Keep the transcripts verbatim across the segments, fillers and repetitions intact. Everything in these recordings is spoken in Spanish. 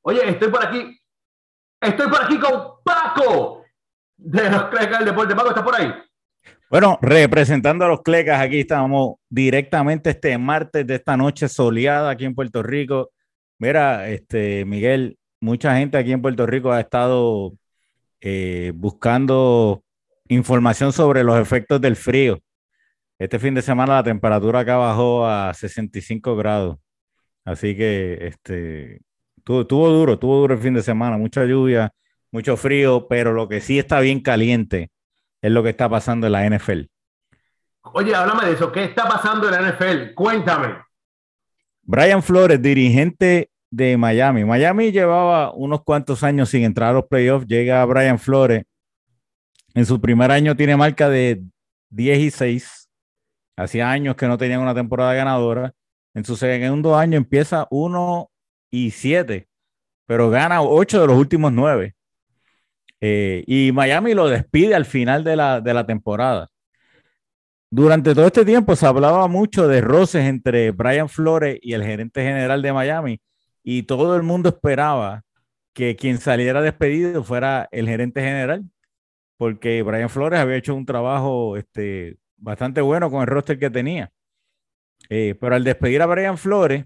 Oye, estoy por aquí. Estoy por aquí con Paco de los Clecas del Deporte. Paco, ¿estás por ahí? Bueno, representando a los Clecas, aquí estamos directamente este martes de esta noche soleada aquí en Puerto Rico. Mira, este Miguel, mucha gente aquí en Puerto Rico ha estado eh, buscando información sobre los efectos del frío. Este fin de semana la temperatura acá bajó a sesenta y cinco grados, así que este tuvo, tuvo duro, tuvo duro el fin de semana, mucha lluvia, mucho frío, pero lo que sí está bien caliente es lo que está pasando en la N F L. Oye, háblame de eso. ¿Qué está pasando en la N F L? Cuéntame. Brian Flores, dirigente de Miami. Miami llevaba unos cuantos años sin entrar a los playoffs. Llega Brian Flores. En su primer año tiene marca de diez y seis. Hacía años que no tenían una temporada ganadora. En su segundo año empieza uno y siete, pero gana ocho de los últimos nueve. Eh, y Miami lo despide al final de la, de la temporada. Durante todo este tiempo se hablaba mucho de roces entre Brian Flores y el gerente general de Miami, y todo el mundo esperaba que quien saliera despedido fuera el gerente general, porque Brian Flores había hecho un trabajo este, bastante bueno con el roster que tenía. Eh, pero al despedir a Brian Flores,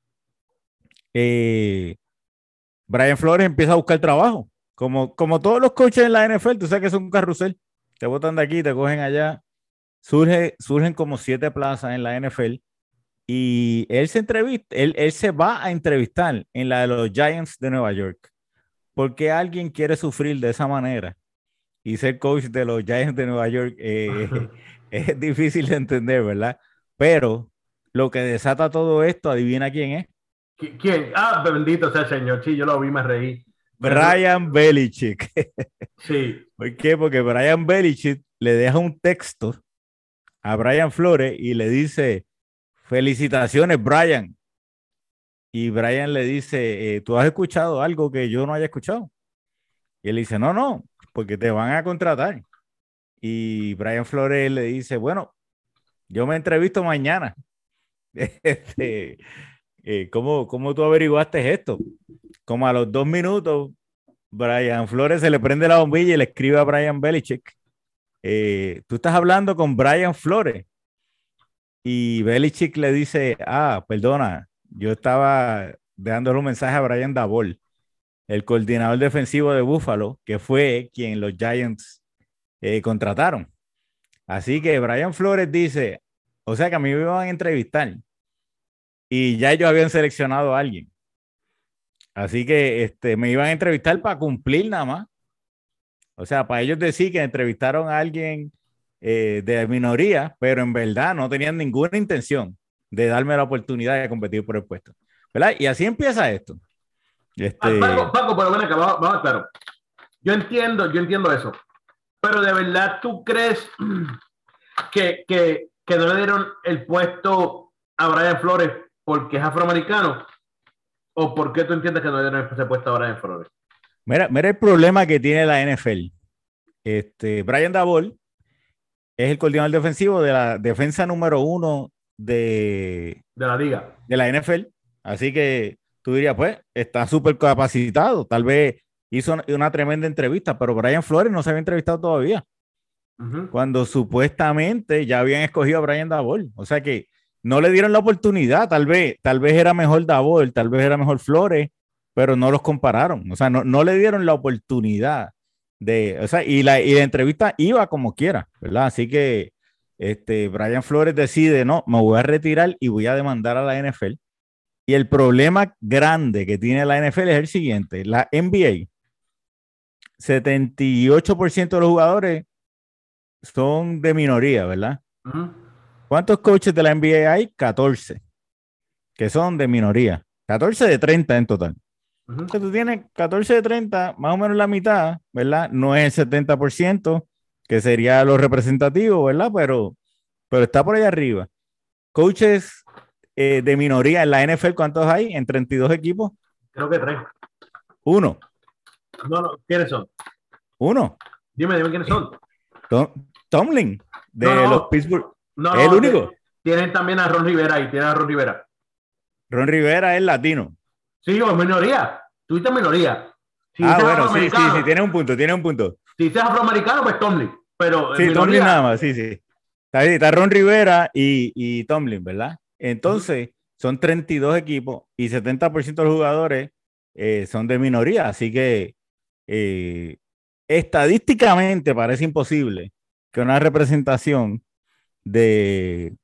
eh, Brian Flores empieza a buscar trabajo. Como, como todos los coaches en la N F L, tú sabes que es un carrusel. Te botan de aquí, te cogen allá. Surge, surgen como siete plazas en la N F L y él se entrevista, él, él se va a entrevistar en la de los Giants de Nueva York. ¿Por qué alguien quiere sufrir de esa manera y ser coach de los Giants de Nueva York? Eh, es difícil de entender, ¿verdad? Pero lo que desata todo esto, adivina quién es. ¿Quién? Ah, bendito sea el Señor. Sí, yo lo vi, me reí. Me re... Brian Belichick. Sí. ¿Por qué? Porque Brian Belichick le deja un texto a Brian Flores y le dice: felicitaciones, Brian. Y Brian le dice: eh, ¿tú has escuchado algo que yo no haya escuchado? Y él dice: no, no, porque te van a contratar. Y Brian Flores le dice: bueno, yo me entrevisto mañana. este, eh, ¿cómo, ¿Cómo tú averiguaste esto? Como a los dos minutos, Brian Flores se le prende la bombilla y le escribe a Brian Belichick: eh, tú estás hablando con Brian Flores. Y Belichick le dice: ah, perdona, yo estaba dándole un mensaje a Brian Daboll, el coordinador defensivo de Buffalo, que fue quien los Giants eh, contrataron. Así que Brian Flores dice: o sea que a mí me iban a entrevistar y ya ellos habían seleccionado a alguien. Así que este, me iban a entrevistar para cumplir nada más. O sea, para ellos decir que entrevistaron a alguien eh, de minoría, pero en verdad no tenían ninguna intención de darme la oportunidad de competir por el puesto, ¿verdad? Y así empieza esto. Paco, Este, Paco, pero ven acá, vamos, vamos, claro. Yo entiendo, yo entiendo eso. Pero de verdad, ¿tú crees que, que, que no le dieron el puesto a Brian Flores porque es afroamericano? ¿O por qué tú entiendes que no le dieron ese puesto a Brian Flores? mira, mira el problema que tiene la N F L. Este, Brian Daboll es el coordinador defensivo de la defensa número uno de, De la liga. de la N F L. Así que tú dirías: pues, está súper capacitado. Tal vez hizo una tremenda entrevista, pero Brian Flores no se había entrevistado todavía, Uh-huh. cuando supuestamente ya habían escogido a Brian Daboll. O sea que no le dieron la oportunidad. Tal vez, tal vez era mejor Daboll, tal vez era mejor Flores, pero no los compararon. O sea, no, no le dieron la oportunidad de, o sea, y la, y la entrevista iba como quiera, ¿verdad? Así que este, Brian Flores decide: no, me voy a retirar y voy a demandar a la N F L. Y el problema grande que tiene la N F L es el siguiente: la N B A, setenta y ocho por ciento de los jugadores son de minoría, ¿verdad? Uh-huh. ¿Cuántos coaches de la N B A hay? catorce, que son de minoría. catorce de treinta en total. Uh-huh. O sea, tú tienes catorce de treinta, más o menos la mitad, ¿verdad? No es el setenta por ciento, que sería lo representativo, ¿verdad? Pero, pero está por ahí arriba. Coaches eh, de minoría en la N F L, ¿cuántos hay? En treinta y dos equipos. Creo que tres. Uno. No, no, ¿quiénes son? Uno. Dime, dime quiénes son. Tom, Tomlin, No, de los no, Pittsburgh. no, Es el no. Te, único. tienen también a Ron Rivera ahí, tienen a Ron Rivera. Ron Rivera es latino. Sí, o es minoría. Tú dices minoría. Si Ah, dices bueno, sí, sí, afroamericano, sí, tiene un punto, tiene un punto. si dices afroamericano, pues Tomlin. Pero en Sí, Tomlin minoría. nada más, sí, sí. Está ahí, está Ron Rivera y, y Tomlin, ¿verdad? Uh-huh. Entonces, son treinta y dos equipos y setenta por ciento de los jugadores eh, son de minoría, así que eh, estadísticamente parece imposible que una representación de,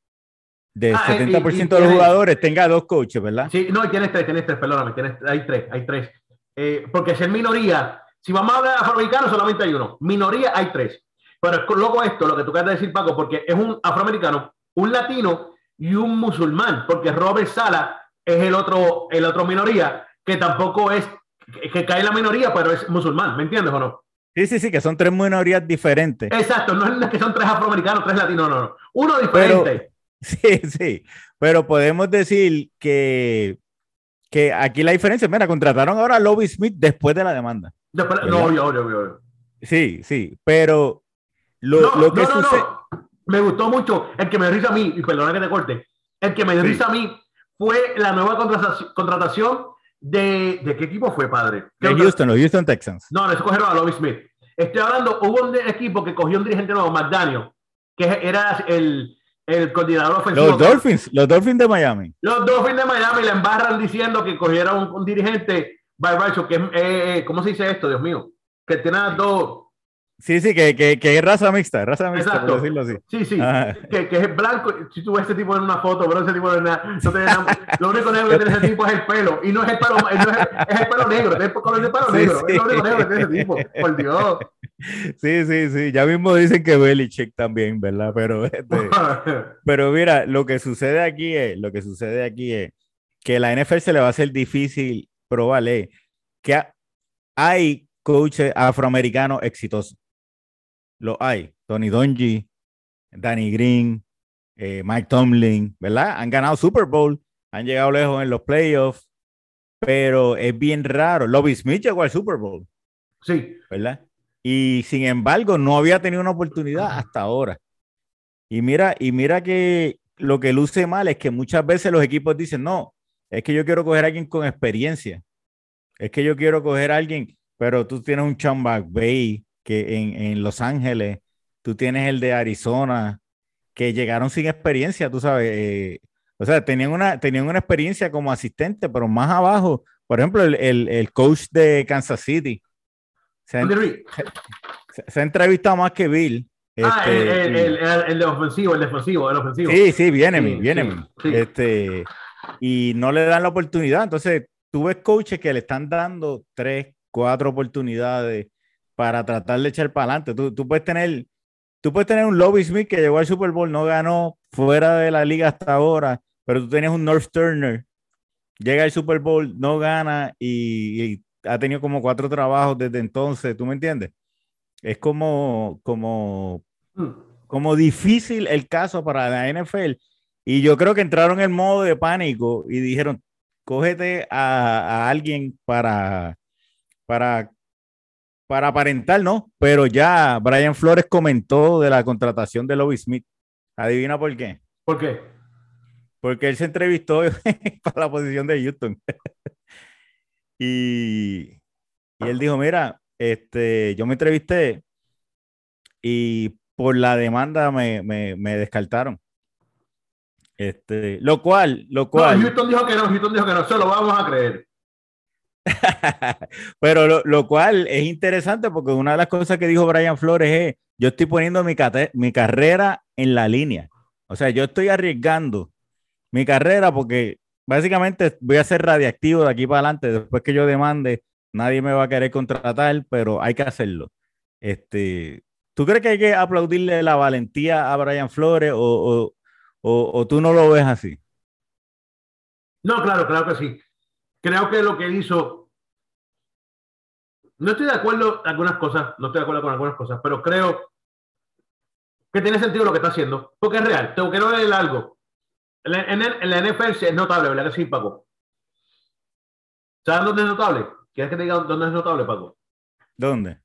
de Ah, eh, y, y setenta por ciento de los tienes. jugadores tenga dos coaches, ¿verdad? Sí, no, tienes tres, tienes tres, perdóname, tienes, hay tres, hay tres. Eh, porque ser minoría, si vamos a hablar de afroamericano, solamente hay uno. Minoría hay tres. Pero es loco esto, lo que tú acabas de decir, Paco, porque es un afroamericano, un latino y un musulmán, porque Robert Sala es el otro, el otro minoría, que tampoco es, que, que cae en la minoría, pero es musulmán, ¿me entiendes o no? Sí, sí, sí, que son tres minorías diferentes, Exacto, no es que son tres afroamericanos, tres latinos, no, no. Uno pero diferente. sí, sí, pero podemos decir que que aquí la diferencia, mira, contrataron ahora a Lovie Smith después de la demanda, Después, no, ¿verdad? obvio, obvio, obvio. Sí, sí, pero lo, No, lo que no, no, sucede, no. Me gustó mucho. El que me dio risa a mí, y perdona que te corte, el que me dio risa sí, a mí fue la nueva contratación de. ¿De qué equipo fue, padre? ¿Qué de otra? Houston, los Houston Texans. No, no, escogieron a Lovie Smith. Estoy hablando, hubo un equipo que cogió un dirigente nuevo, McDaniel, que era el, el coordinador Los ofensivo. Que, Dolphins, los Dolphins de Miami. los Dolphins de Miami le embarran diciendo que cogieron un, un dirigente, by Rachel, que es, eh, ¿cómo se dice esto, Dios mío? Que tiene las dos. Sí, sí, que, que, que es raza mixta, raza mixta, por Exacto. decirlo así. Sí, sí. Ajá. Que, que es blanco. Si tú ves este tipo en una foto, pero ese tipo de nada, no tiene nada. Lo único negro que tiene ese tipo es el pelo. Y no es el pelo, no es, es el pelo negro. Es el color de pelo Sí, negro. Es sí. lo único negro que tiene ese tipo. Por Dios. Sí, sí, sí. Ya mismo dicen que Belichick también, ¿verdad? Pero, este, pero mira, lo que sucede aquí es, lo que sucede aquí es que la N F L se le va a hacer difícil probarle que hay coaches afroamericanos exitosos. Lo hay. Tony Dungy, Danny Green, eh, Mike Tomlin, ¿verdad? Han ganado Super Bowl, han llegado lejos en los playoffs, pero es bien raro. Lovie Smith llegó al Super Bowl, Sí. ¿verdad? Y sin embargo, no había tenido una oportunidad hasta ahora. Y mira, y mira que lo que luce mal es que muchas veces los equipos dicen, no, es que yo quiero coger a alguien con experiencia. Es que yo quiero coger a alguien, pero tú tienes un Sean McVay que en, en Los Ángeles, tú tienes el de Arizona, que llegaron sin experiencia, tú sabes. Eh, o sea, tenían una, tenían una experiencia como asistente, pero más abajo, por ejemplo, el, el, el coach de Kansas City se, Andy ha- Reid. se, se ha entrevistado más que Bill. Ah, el, Este, el, el, y el, el de ofensivo, el defensivo, el ofensivo. sí, sí, viene mi, Sí, viene sí, mi. sí. Este, y no le dan la oportunidad. Entonces, tú ves coaches que le están dando tres, cuatro oportunidades para tratar de echar para adelante. Tú, tú puedes tener, tú puedes tener un Lovie Smith que llegó al Super Bowl, no ganó fuera de la liga hasta ahora, pero tú tenías un North Turner, llega al Super Bowl, no gana y, y ha tenido como cuatro trabajos desde entonces. ¿Tú me entiendes? Es como, como Mm. como difícil el caso para la N F L. Y yo creo que entraron en modo de pánico y dijeron, cógete a, a alguien para, para, para aparentar, ¿no? Pero ya Brian Flores comentó de la contratación de Lovie Smith. ¿Adivina por qué? ¿Por qué? Porque él se entrevistó para la posición de Houston. Y, y él dijo, mira, este, yo me entrevisté y por la demanda me, me, me descartaron. Este, lo cual, lo No, cual, Houston dijo que no, Houston dijo que no, se lo vamos a creer. pero lo, lo cual es interesante porque una de las cosas que dijo Brian Flores es, yo estoy poniendo mi, cate- mi carrera en la línea. O sea, yo estoy arriesgando mi carrera porque básicamente voy a ser radiactivo de aquí para adelante. Después que yo demande, nadie me va a querer contratar, pero hay que hacerlo. Este, ¿tú crees que hay que aplaudirle la valentía a Brian Flores o, o, o, o tú no lo ves así? No, claro, claro que sí. Creo que lo que él hizo, no estoy de acuerdo en algunas cosas, no estoy de acuerdo con algunas cosas, pero creo que tiene sentido lo que está haciendo, porque es real. Tengo que leer algo. En, en, en la N F L es notable, ¿verdad que sí, Paco? ¿Sabes dónde es notable? ¿Quieres que te diga dónde es notable, Paco? ¿Dónde?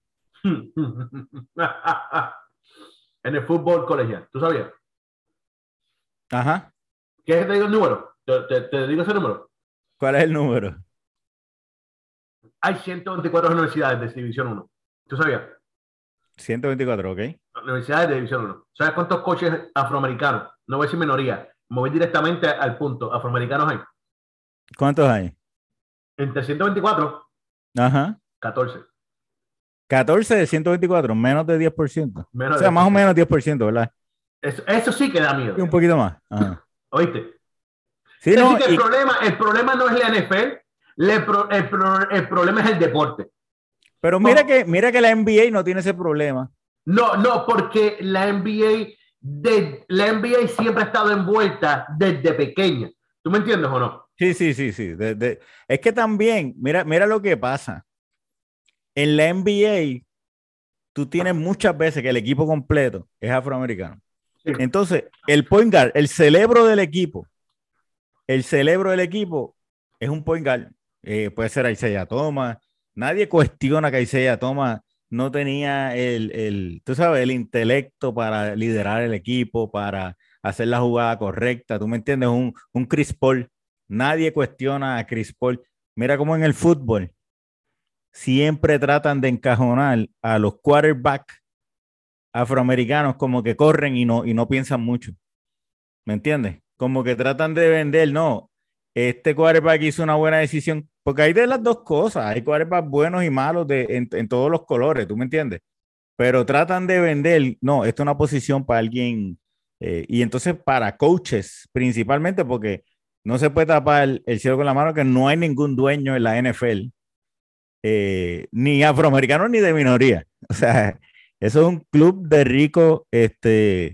En el fútbol colegial. ¿Tú sabías? Ajá. ¿Quieres que te diga el número? Te, te, te digo ese número. ¿Cuál es el número? hay ciento veinticuatro universidades de División uno. ¿Tú sabías? ciento veinticuatro, ok. Universidades de División uno. ¿Sabes cuántos coaches afroamericanos? No voy a decir minoría. Me voy directamente al punto. Afroamericanos hay. ¿Cuántos hay? Entre ciento veinticuatro, Ajá. catorce. catorce de ciento veinticuatro, menos de diez por ciento. Menos o sea, de más o menos diez por ciento, ¿verdad? Eso, eso sí que da miedo. Y un poquito más. Ajá. ¿Oíste? Sí, es no, decir, que y... el, problema, el problema no es la N F L, el, pro, el, pro, el problema es el deporte. Pero mira que, mira que la N B A no tiene ese problema. No, no, porque la N B A, de, la N B A siempre ha estado envuelta desde pequeña. ¿Tú me entiendes o no? Sí, sí, sí, sí. De, de, es que también, mira, mira lo que pasa. En la N B A, tú tienes muchas veces que el equipo completo es afroamericano. Sí. Entonces, el point guard, el cerebro del equipo, el cerebro del equipo es un point guard. Eh, puede ser Isaiah Thomas. Nadie cuestiona que Isaiah Thomas no tenía el, el, tú sabes, el intelecto para liderar el equipo, para hacer la jugada correcta. ¿Tú me entiendes? Un, un Chris Paul. Nadie cuestiona a Chris Paul. Mira cómo en el fútbol siempre tratan de encajonar a los quarterbacks afroamericanos como que corren y no, y no piensan mucho. ¿Me entiendes? Como que tratan de vender, no, este quarterback hizo una buena decisión, porque hay de las dos cosas, hay quarterbacks buenos y malos de, en, en todos los colores, ¿tú me entiendes? Pero tratan de vender, no, esta es una posición para alguien, eh, y entonces para coaches principalmente, porque no se puede tapar el, el cielo con la mano, que no hay ningún dueño en la N F L, eh, ni afroamericano ni de minoría. O sea, eso es un club de ricos. Este,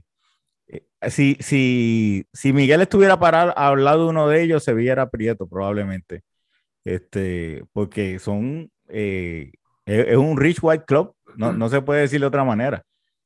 si, si, si Miguel estuviera parado al lado de uno de ellos, se viera Prieto probablemente. Este, porque son, eh, es, es un rich white club, no, no se puede decir de otra manera.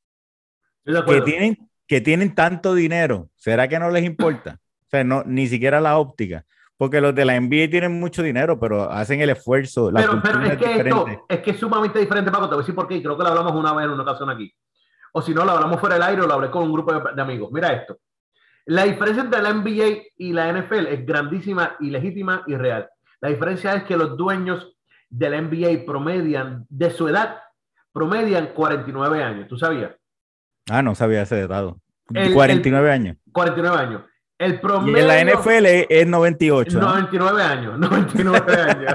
Que tienen, que tienen tanto dinero, ¿será que no les importa? O sea, no, ni siquiera la óptica. Porque los de la N B A tienen mucho dinero, pero hacen el esfuerzo. La pero, pero es, es, que esto, es que es sumamente diferente, Paco. Te voy a decir por qué. Y creo que lo hablamos una vez en una ocasión aquí. O si no, lo hablamos fuera del aire o lo hablé con un grupo de, de amigos. Mira esto. La diferencia entre la N B A y la N F L es grandísima y legítima y real. La diferencia es que los dueños de la N B A promedian, de su edad, promedian cuarenta y nueve años. ¿Tú sabías? Ah, no sabía ese dato. El, cuarenta y nueve el, años. cuarenta y nueve años. El promedio, y en la N F L es noventa y ocho. noventa y nueve ¿no? años. noventa y nueve años.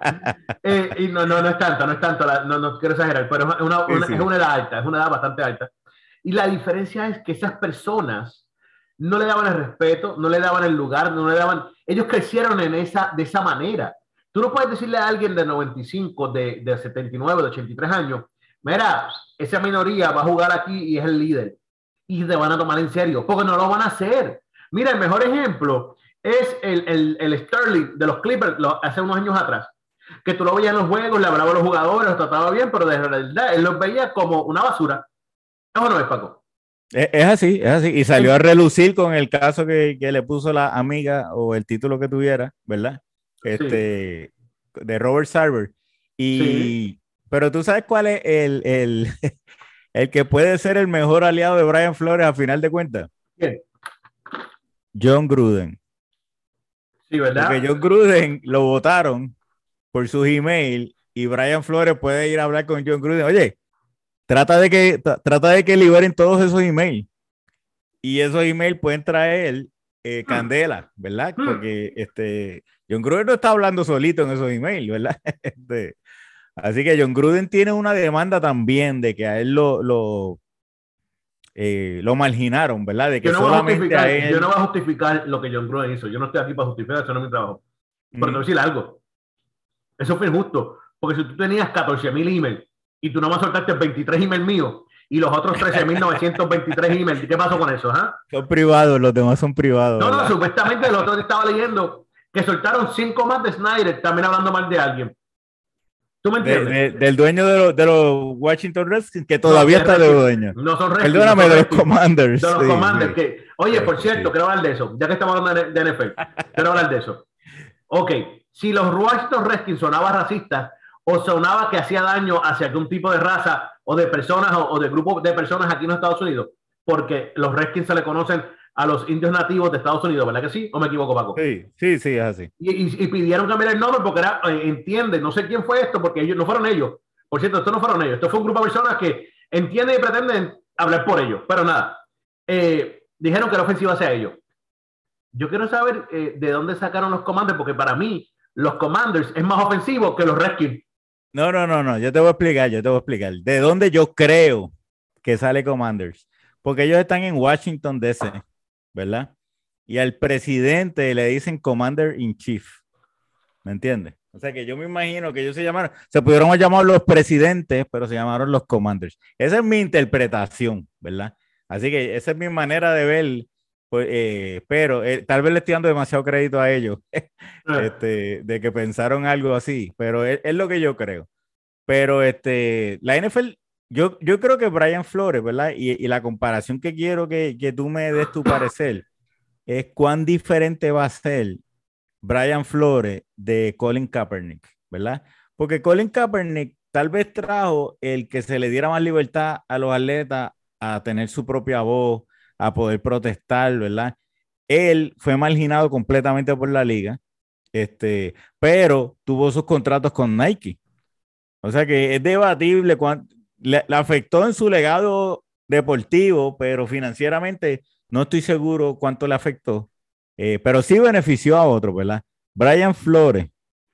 eh, y no, no, no es tanto, no es tanto, la, no, no quiero exagerar, pero es una, una, sí, sí. es una edad alta, es una edad bastante alta. Y la diferencia es que esas personas no le daban el respeto, no le daban el lugar, no le daban... Ellos crecieron en esa, de esa manera. Tú no puedes decirle a alguien de noventa y cinco, de, de setenta y nueve, de ochenta y tres años, mira, esa minoría va a jugar aquí y es el líder. Y te van a tomar en serio, porque no lo van a hacer. Mira, el mejor ejemplo es el, el, el Sterling de los Clippers lo, hace unos años atrás. Que tú lo veías en los juegos, le hablaba a los jugadores, los trataba bien, pero de verdad él los veía como una basura. ¿Eso no es, Paco? Es así, es así. Y salió a relucir con el caso que, que le puso la amiga o el título que tuviera, ¿verdad? Este, sí. De Robert Sarver. Y, sí. Pero tú sabes cuál es el, el, el que puede ser el mejor aliado de Brian Flores a final de cuentas. ¿Quién? John Gruden. Sí, ¿verdad? Porque John Gruden lo votaron por sus emails y Brian Flores puede ir a hablar con John Gruden. Oye, Trata de que trata de que liberen todos esos emails. Y esos emails pueden traer eh, candela, ¿verdad? Porque este, John Gruden no está hablando solito en esos emails, ¿verdad? Este, así que John Gruden tiene una demanda también de que a él lo, lo, eh, lo marginaron, ¿verdad? De que yo, no solamente a a él... yo no voy a justificar lo que John Gruden hizo. Yo no estoy aquí para justificar, eso no es mi trabajo. Pero mm. te voy a decir algo. Eso fue injusto. Porque si tú tenías catorce mil emails y tú nomás soltaste veintitrés emails míos y los otros trece mil novecientos veintitrés emails. ¿Qué pasó con eso? ¿Ah? Son privados, los demás son privados. No, ¿verdad? no, supuestamente el otro día estaba leyendo que soltaron cinco más de Snyder, también hablando mal de alguien. ¿Tú me entiendes? De, de, del dueño de, lo, de los Washington Redskins, que todavía no, está de dueño. No son Redskins. Perdóname, no son de los Commanders. De los sí, Commanders. Sí. Que, oye, sí, por cierto, sí. quiero hablar de eso, ya que estamos hablando de, de N F L. Quiero hablar de eso. Ok, si los Washington Redskins sonaban racistas, o sonaba que hacía daño hacia algún tipo de raza o de personas o, o de grupo de personas aquí en los Estados Unidos, porque los Redskins se le conocen a los indios nativos de Estados Unidos, ¿verdad que sí? ¿O me equivoco, Paco? Sí, sí, sí, es así. Y, y, y pidieron cambiar el nombre porque era, eh, entiende, no sé quién fue esto, porque ellos no fueron ellos. Por cierto, esto no fueron ellos. Esto fue un grupo de personas que entienden y pretenden hablar por ellos. Pero nada, eh, dijeron que la ofensiva sea ellos. Yo quiero saber eh, de dónde sacaron los Commanders, porque para mí los Commanders es más ofensivo que los Redskins. No, no, no, no, yo te voy a explicar, yo te voy a explicar. ¿De dónde yo creo que sale Commanders? Porque ellos están en Washington, D C, ¿verdad? Y al presidente le dicen Commander in Chief, ¿me entiendes? O sea que yo me imagino que ellos se llamaron, se pudieron llamar los presidentes, pero se llamaron los Commanders. Esa es mi interpretación, ¿verdad? Así que esa es mi manera de ver, pues, eh, pero eh, tal vez le estoy dando demasiado crédito a ellos, este, de que pensaron algo así, pero es, es lo que yo creo. Pero este, la N F L, yo, yo creo que Brian Flores, ¿verdad? Y, y la comparación que quiero que, que tú me des tu parecer es cuán diferente va a ser Brian Flores de Colin Kaepernick, ¿verdad? Porque Colin Kaepernick tal vez trajo el que se le diera más libertad a los atletas a tener su propia voz, a poder protestar, ¿verdad? Él fue marginado completamente por la liga, este, pero tuvo sus contratos con Nike. O sea que es debatible cuánto le, le afectó en su legado deportivo, pero financieramente no estoy seguro cuánto le afectó. Eh, pero sí benefició a otros, ¿verdad? Brian Flores,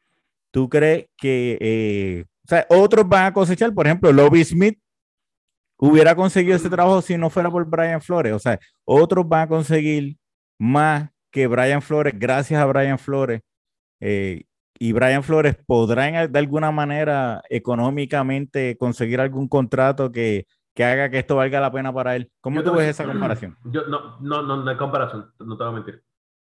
¿tú crees que eh, o sea, otros van a cosechar? Por ejemplo, Lovie Smith hubiera conseguido ese trabajo si no fuera por Brian Flores. O sea, otros van a conseguir más que Brian Flores, gracias a Brian Flores. Eh, y Brian Flores podrá en- de alguna manera económicamente conseguir algún contrato que, que haga que esto valga la pena para él. ¿Cómo Yo te tú voy a ves decir, esa comparación? yo, no, no, no, no hay comparación, no te voy a mentir.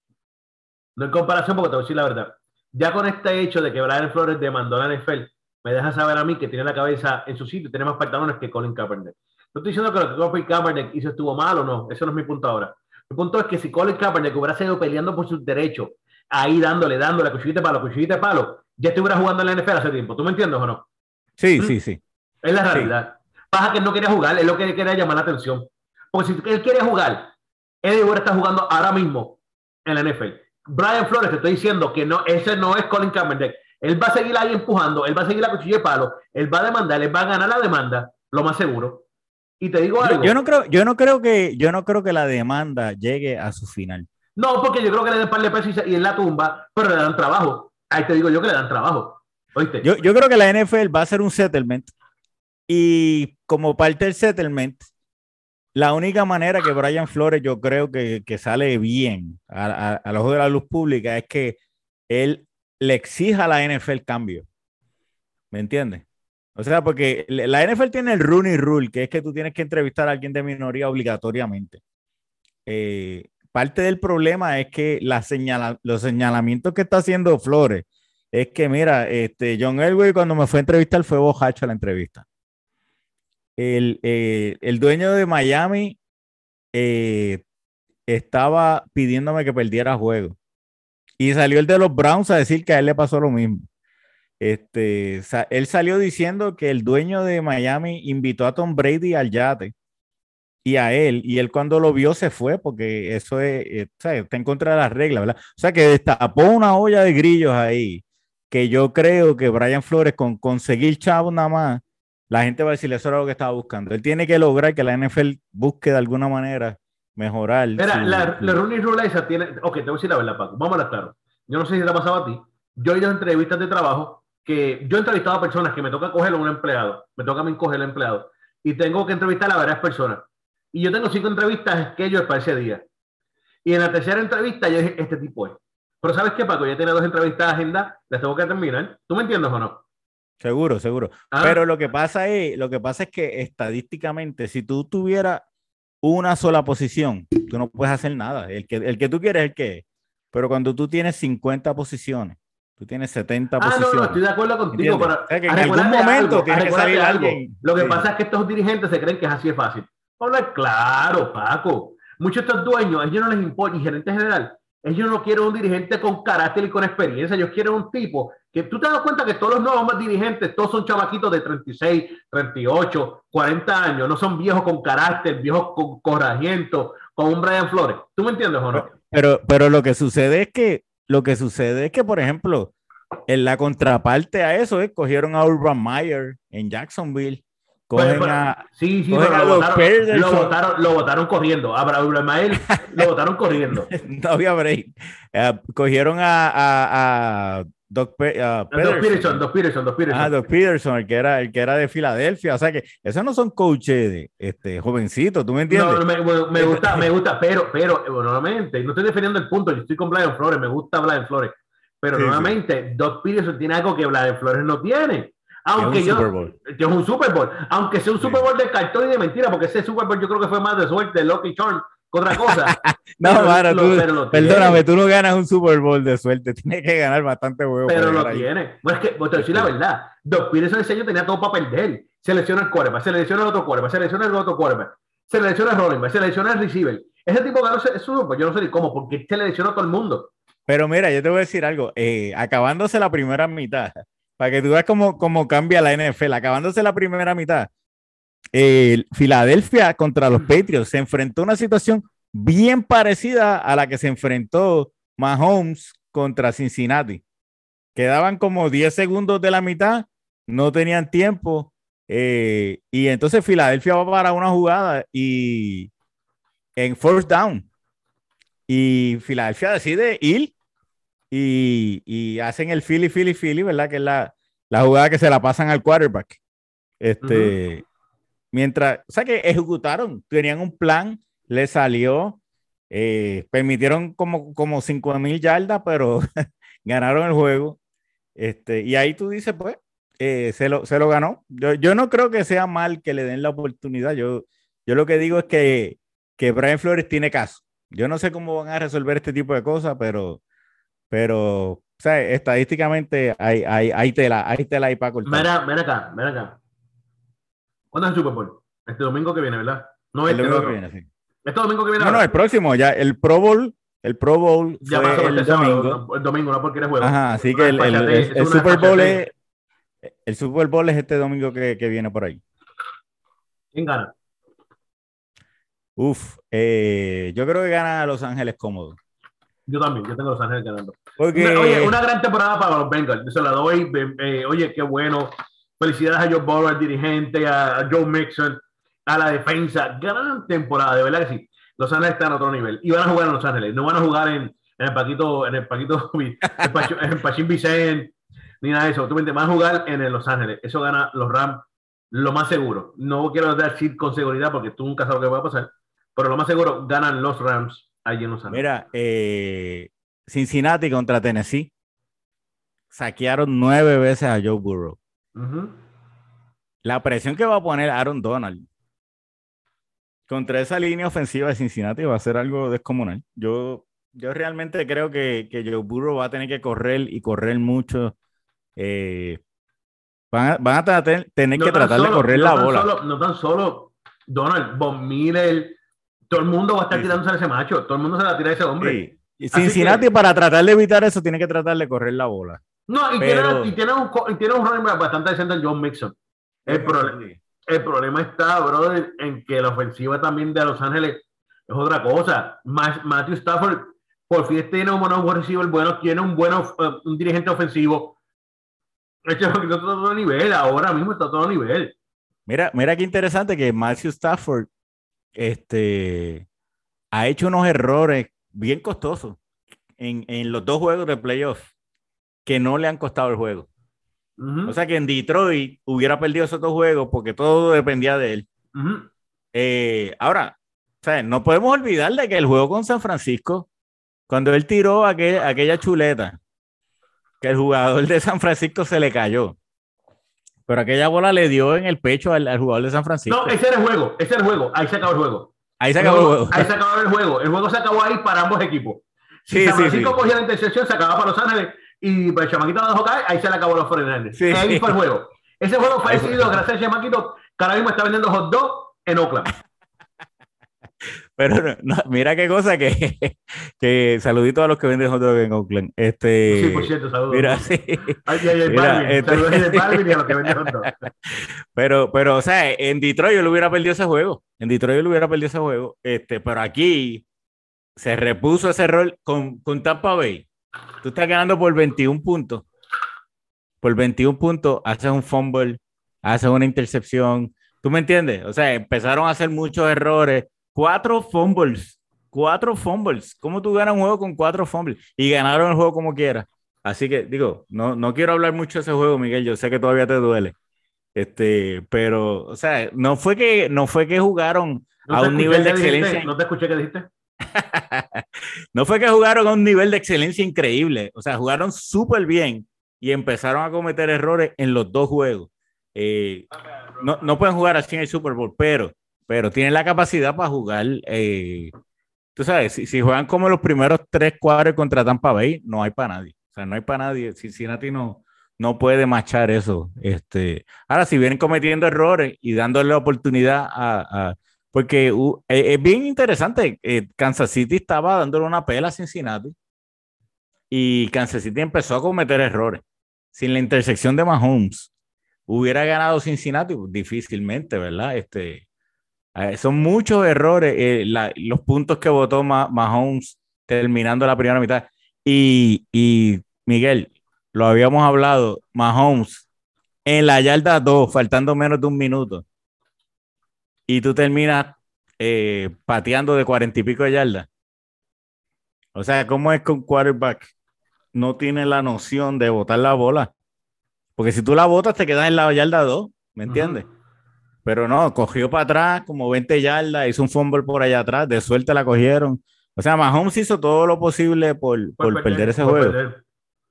No hay comparación porque te voy a decir la verdad. Ya con este hecho de que Brian Flores demandó a la N F L, me deja saber a mí que tiene la cabeza en su sitio y tiene más pantalones que Colin Kaepernick. No estoy diciendo que lo que Colin Kaepernick hizo estuvo mal o no, eso no es mi punto ahora. Mi punto es que si Colin Kaepernick hubiera seguido peleando por sus derechos, ahí dándole, dándole, cuchillita de palo, cuchillita de palo, ya estuviera jugando en la N F L hace tiempo. ¿Tú me entiendes o no? Sí, ¿Mm? sí, sí, Es la sí. realidad. Pasa que él no quería jugar, es lo que él quería llamar la atención. Porque si él quiere jugar, él debería estar jugando ahora mismo en la N F L. Brian Flores, te estoy diciendo que no, ese no es Colin Kaepernick. Él va a seguir ahí empujando, él va a seguir la cuchilla de palo, él va a demandar, él va a ganar la demanda, lo más seguro. Y te digo Yo, yo no algo, creo, yo no creo que, yo no creo que la demanda llegue a su final. no, porque yo creo que le den par de pesos y en la tumba, pero le dan trabajo. Ahí te digo yo que le dan trabajo. Yo, ¿Oíste? yo creo que la N F L va a hacer un settlement y como parte del settlement, la única manera que Brian Flores yo creo que, que sale bien a, a, a los ojos de la luz pública es que él le exija a la N F L cambio. ¿Me entiendes? O sea, porque la N F L tiene el Rooney Rule, que es que tú tienes que entrevistar a alguien de minoría obligatoriamente. Eh, parte del problema es que la señala, los señalamientos que está haciendo Flores es que, mira, este, John Elway cuando me fue a entrevistar fue bojacho a la entrevista. El, eh, el dueño de Miami eh, estaba pidiéndome que perdiera juego. Y salió el de los Browns a decir que a él le pasó lo mismo. Este, sa él salió diciendo que el dueño de Miami invitó a Tom Brady al yate y a él, y él cuando lo vio se fue porque eso es, eh, o sea, está en contra de las reglas, ¿verdad? O sea, que destapó una olla de grillos ahí, que yo creo que Brian Flores con conseguir chavos nada más, la gente va a decirle eso era lo que estaba buscando. Él tiene que lograr que la N F L busque de alguna manera mejorar Mira, su... la, la su... Rooney Rule esa tiene. Ok, te voy a decir la verdad, Paco. Vamos a hablar claro. Yo no sé si te ha pasado a ti. Yo he ido a entrevistas de trabajo que yo he entrevistado a personas que me toca coger a un empleado, me toca a mí coger al empleado, y tengo que entrevistar a varias personas. Y yo tengo cinco entrevistas que ellos para ese día. Y en la tercera entrevista yo dije, este tipo es. Pero ¿sabes qué, Paco? Ya tenía dos entrevistas de agenda, las tengo que terminar. ¿Tú me entiendes o no? Seguro, seguro. Pero ¿Ah? lo que pasa es, lo que pasa es que estadísticamente, si tú tuvieras una sola posición, tú no puedes hacer nada. El que, el que tú quieres es el que es. Pero cuando tú tienes cincuenta posiciones, tú tienes setenta Ah, no, no, posiciones, estoy de acuerdo contigo, ¿entiendes? pero O sea que en algún recuérdate momento algo, tiene que recuérdate salir algo. alguien. Lo que Sí. pasa es que estos dirigentes se creen que es así de fácil. Habla claro, Paco. Muchos de estos dueños, a ellos no les importa, y gerente general, Ellos no quieren un dirigente con carácter y con experiencia. Ellos quieren un tipo que tú te das cuenta que todos los nuevos dirigentes, todos son chamaquitos de treinta y seis, treinta y ocho, cuarenta años. No son viejos con carácter, viejos con corrajiento, con un Brian Flores. ¿Tú me entiendes o no? Pero, pero lo que sucede es que, lo que sucede es que, por ejemplo, en la contraparte a eso, eh, cogieron a Urban Meyer en Jacksonville. Cogen Pues, a, sí, sí, cogen pero a lo Doc votaron, lo Peterson. votaron, lo votaron corriendo. A Abraham Mael lo votaron corriendo. No había break. Uh, cogieron a, a, a Doc, Pe uh, Peterson. Doc Peterson, Doc Peterson, Doc Peterson. Ah, Doc Peterson, el que era, el que era de Filadelfia. O sea que esos no son coaches de este jovencitos, ¿tú me entiendes? No, me, me gusta, me gusta, pero, pero, nuevamente, no estoy defendiendo el punto, yo estoy con Brian Flores, me gusta Brian Flores, pero sí, nuevamente, sí. Doc Peterson tiene algo que Brian Flores no tiene. Aunque yo, que es un Super Bowl, aunque sea un sí. Super Bowl de cartón y de mentira, porque ese Super Bowl yo creo que fue más de suerte, de Lucky Charm, que otra cosa. No, pero, mano, lo, tú, pero lo perdóname, tú no ganas un Super Bowl de suerte, tienes que ganar bastante huevo. Pero lo tiene. Bueno, es que, voy a decir la verdad, Doc Peterson ese año tenía todo para perder. Se lesiona el quarterback, se lesiona el otro quarterback, se lesiona el otro quarterback, se lesiona el running back, se lesiona el receiver. Ese tipo ganó ese Super Bowl, yo no sé ni cómo, porque se le lesionó a todo el mundo. Pero mira, yo te voy a decir algo, eh, acabándose la primera mitad, para que tú veas cómo, cómo cambia la N F L, acabándose la primera mitad, eh, Filadelfia contra los Patriots se enfrentó a una situación bien parecida a la que se enfrentó Mahomes contra Cincinnati. Quedaban como diez segundos de la mitad, no tenían tiempo, eh, y entonces Filadelfia va para una jugada y en first down, y Filadelfia decide ir y, y hacen el Philly, Philly, Philly, ¿verdad? Que es la, la jugada que se la pasan al quarterback. Este, uh-huh. Mientras, o sea que ejecutaron, tenían un plan, le salió, eh, permitieron como, como cinco mil yardas, pero ganaron el juego. Este, y ahí tú dices, pues, eh, se, lo, se lo ganó. Yo, yo no creo que sea mal que le den la oportunidad. Yo, yo lo que digo es que, que Brian Flores tiene caso. Yo no sé cómo van a resolver este tipo de cosas, pero, pero o sea, estadísticamente hay, hay, hay tela, hay tela ahí para cortar. Mira, mira acá, mira acá. ¿Cuándo es el Super Bowl? Este domingo que viene, ¿verdad? No el este, domingo el que viene, sí. Este domingo que viene. No, no, el próximo, ya, el Pro Bowl, el Pro Bowl ya fue pasó el este domingo. Sábado, el domingo, no porque eres juego. Ajá, así que el, el, el, el, el Super Bowl es, el Super Bowl es este domingo que, que viene por ahí. ¿Quién gana? Uf, eh, yo creo que gana Los Ángeles cómodo. Yo también, yo tengo Los Ángeles ganando. Porque... Una, oye, una gran temporada para los Bengals. Se la doy. Eh, oye, qué bueno. Felicidades a Joe Burrow, al dirigente, a, a Joe Mixon, a la defensa. Gran temporada, de verdad que sí. Los Ángeles están a otro nivel. Y van a jugar en Los Ángeles. No van a jugar en, en el Paquito, en el Paquito, en, Pacho, en Pachín Vicente, ni nada de eso. Van a jugar en el Los Ángeles. Eso gana los Rams, lo más seguro. No quiero decir con seguridad porque tú nunca sabes lo que va a pasar. Pero lo más seguro, ganan los Rams. Mira, eh, Cincinnati contra Tennessee saquearon nueve veces a Joe Burrow. Uh-huh. La presión que va a poner Aaron Donald contra esa línea ofensiva de Cincinnati va a ser algo descomunal. Yo, yo realmente creo que, que Joe Burrow va a tener que correr y correr mucho. Eh, van, a, van a tratar, tener no que tratar solo, de correr no la bola. Solo, no tan solo Donald, Von Miller. Todo el mundo va a estar sí, tirándose sí. a ese macho. Todo el mundo se la tira a ese hombre. Sí. Cincinnati, que, para tratar de evitar eso, tiene que tratar de correr la bola. No, y, Pero... tiene, y tiene un, y tiene un running back bastante decente en John Mixon. El, pro, sí. el problema está, brother, en que la ofensiva también de Los Ángeles es otra cosa. Matthew Stafford, por fin tiene un buen receiver bueno, tiene un buen uh, un dirigente ofensivo. Está a todo nivel, ahora mismo está a todo nivel. Mira, mira qué interesante que Matthew Stafford este, ha hecho unos errores bien costosos en, en los dos juegos de playoff que no le han costado el juego. Uh-huh. O sea que en Detroit hubiera perdido esos dos juegos porque todo dependía de él. Uh-huh. Eh, ahora, o sea, no podemos olvidar de que el juego con San Francisco, cuando él tiró aquel, aquella chuleta, que el jugador de San Francisco se le cayó. Pero aquella bola le dio en el pecho al, al jugador de San Francisco. No, ese era el juego, ese era el juego. Ahí se acabó el juego. Ahí se acabó el juego. Ahí se acabó el juego. El juego se acabó ahí para ambos equipos. Si sí, San Francisco sí, sí. cogía la intercepción, se acababa para Los Ángeles y el chamaquito la dejó caer, ahí se le acabó los cuarenta y nueve. Sí, ahí sí. fue el juego. Ese juego fue decidido gracias al chamaquito que ahora mismo está vendiendo hot dog en Oakland. Pero no, no, mira qué cosa que, que saludito a los que venden hot dog en Oakland. Sí, por Este, cierto, saludos. mira, ¿No? sí, Ay, ay, ay, mira, Balvin. este, Saludos a Balvin y a los que venden hot dog. pero, pero, o sea, en Detroit yo le hubiera perdido ese juego. En Detroit yo le hubiera perdido ese juego. Este, pero aquí se repuso ese rol con, con Tampa Bay. Tú estás ganando por veintiún puntos. Por veintiún puntos, haces un fumble, haces una intercepción. ¿Tú me entiendes? O sea, empezaron a hacer muchos errores. Cuatro fumbles. Cuatro fumbles. ¿Cómo tú ganas un juego con cuatro fumbles? Y ganaron el juego como quieras. Así que, digo, no, no quiero hablar mucho de ese juego, Miguel. Yo sé que todavía te duele. Este, pero, o sea, no fue que, no fue que jugaron No a te un escuché nivel de que dijiste, excelencia. no te escuché que dijiste. No fue que jugaron a un nivel de excelencia increíble. O sea, jugaron súper bien y empezaron a cometer errores en los dos juegos. Eh, no, no pueden jugar así en el Super Bowl, pero, pero tienen la capacidad para jugar. Eh, tú sabes, si, si juegan como los primeros tres cuadros contra Tampa Bay, no hay para nadie. O sea, no hay para nadie. Cincinnati no, no puede machar eso. Este, ahora, si vienen cometiendo errores y dándole la oportunidad a, a porque uh, es, es bien interesante. Eh, Kansas City estaba dándole una pela a Cincinnati y Kansas City empezó a cometer errores. Sin la intersección de Mahomes, hubiera ganado Cincinnati difícilmente, ¿verdad? Este, eh, son muchos errores, eh, la, los puntos que votó Ma Mahomes terminando la primera mitad. Y, y Miguel, lo habíamos hablado, Mahomes en la yarda dos, faltando menos de un minuto, y tú terminas eh, pateando de cuarenta y pico de yardas. O sea, ¿cómo es que un quarterback no tiene la noción de botar la bola? Porque si tú la botas, te quedas en la yarda dos, ¿me Uh -huh. entiendes? Pero no, cogió para atrás como veinte yardas, hizo un fumble por allá atrás, de suerte la cogieron. O sea, Mahomes hizo todo lo posible por, Por por perder perder, ese por juego. perder.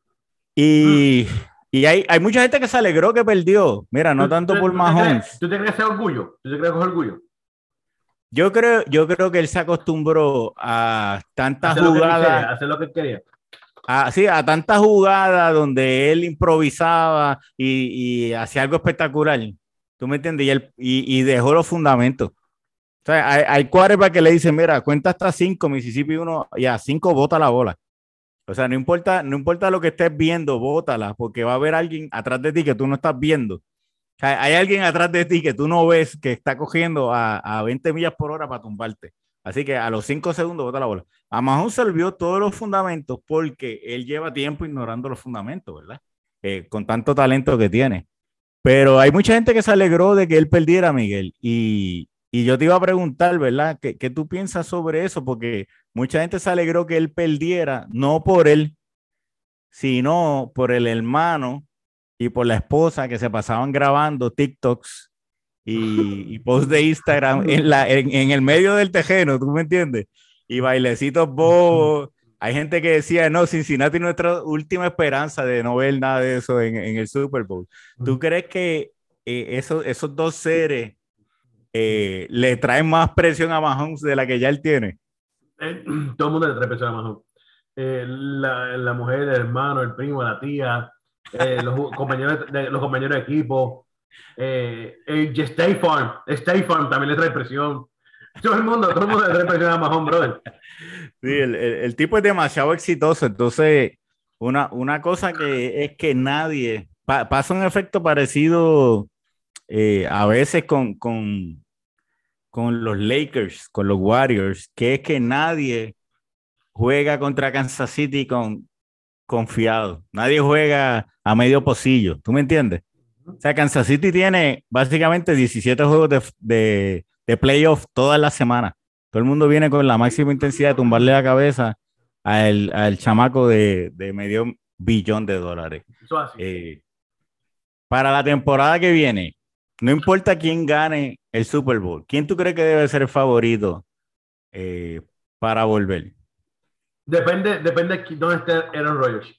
Mm. Y, y hay, hay mucha gente que se alegró que perdió. Mira, no ¿Tú, tanto tú, por tú te crees, Mahomes. ¿Tú te crees ese orgullo? ¿Tú te crees que es orgullo? Yo creo, yo creo que él se acostumbró a tantas Hacer lo que él jugadas, quería, hacer lo que él quería. a, sí, a tantas jugadas donde él improvisaba y, y hacía algo espectacular. ¿Tú me entiendes? Y, él, y, y dejó los fundamentos. O sea, hay, hay quarterback que le dicen, mira, cuenta hasta cinco, Mississippi uno, y a cinco bota la bola. O sea, no importa, no importa lo que estés viendo, bótala, porque va a haber alguien atrás de ti que tú no estás viendo. O sea, hay alguien atrás de ti que tú no ves que está cogiendo a, a veinte millas por hora para tumbarte. Así que a los cinco segundos bota la bola. A Mahomes se olvidó todos los fundamentos porque él lleva tiempo ignorando los fundamentos, ¿verdad? Eh, con tanto talento que tiene. Pero hay mucha gente que se alegró de que él perdiera, Miguel. Y, y yo te iba a preguntar, ¿verdad? ¿Qué, qué tú piensas sobre eso? Porque mucha gente se alegró que él perdiera, no por él, sino por el hermano y por la esposa que se pasaban grabando TikToks y, y posts de Instagram en, la, en, en el medio del tejeno, ¿tú me entiendes? Y bailecitos bobos. Hay gente que decía, no, Cincinnati es nuestra última esperanza de no ver nada de eso en, en el Super Bowl. ¿Tú crees que eh, esos, esos dos seres eh, le traen más presión a Mahomes de la que ya él tiene? Eh, todo el mundo le trae presión a Mahomes. Eh, la, la mujer, el hermano, el primo, la tía, eh, los, compañeros de, los compañeros de equipo, eh, eh, State Farm, State Farm también le trae presión. Todo el mundo, todo el mundo le trae presión a Mahomes, brother. Sí, el, el, el tipo es demasiado exitoso, entonces una, una cosa que es que nadie, pa, pasa un efecto parecido eh, a veces con, con, con los Lakers, con los Warriors, que es que nadie juega contra Kansas City con confiado, nadie juega a medio pocillo, ¿tú me entiendes? O sea, Kansas City tiene básicamente diecisiete juegos de, de, de playoff todas las semanas. Todo el mundo viene con la máxima intensidad de tumbarle la cabeza al, al chamaco de, de medio billón de dólares. Eso así. Eh, para la temporada que viene, no importa quién gane el Super Bowl, ¿quién tú crees que debe ser el favorito eh, para volver? Depende, depende de dónde esté Aaron Rodgers.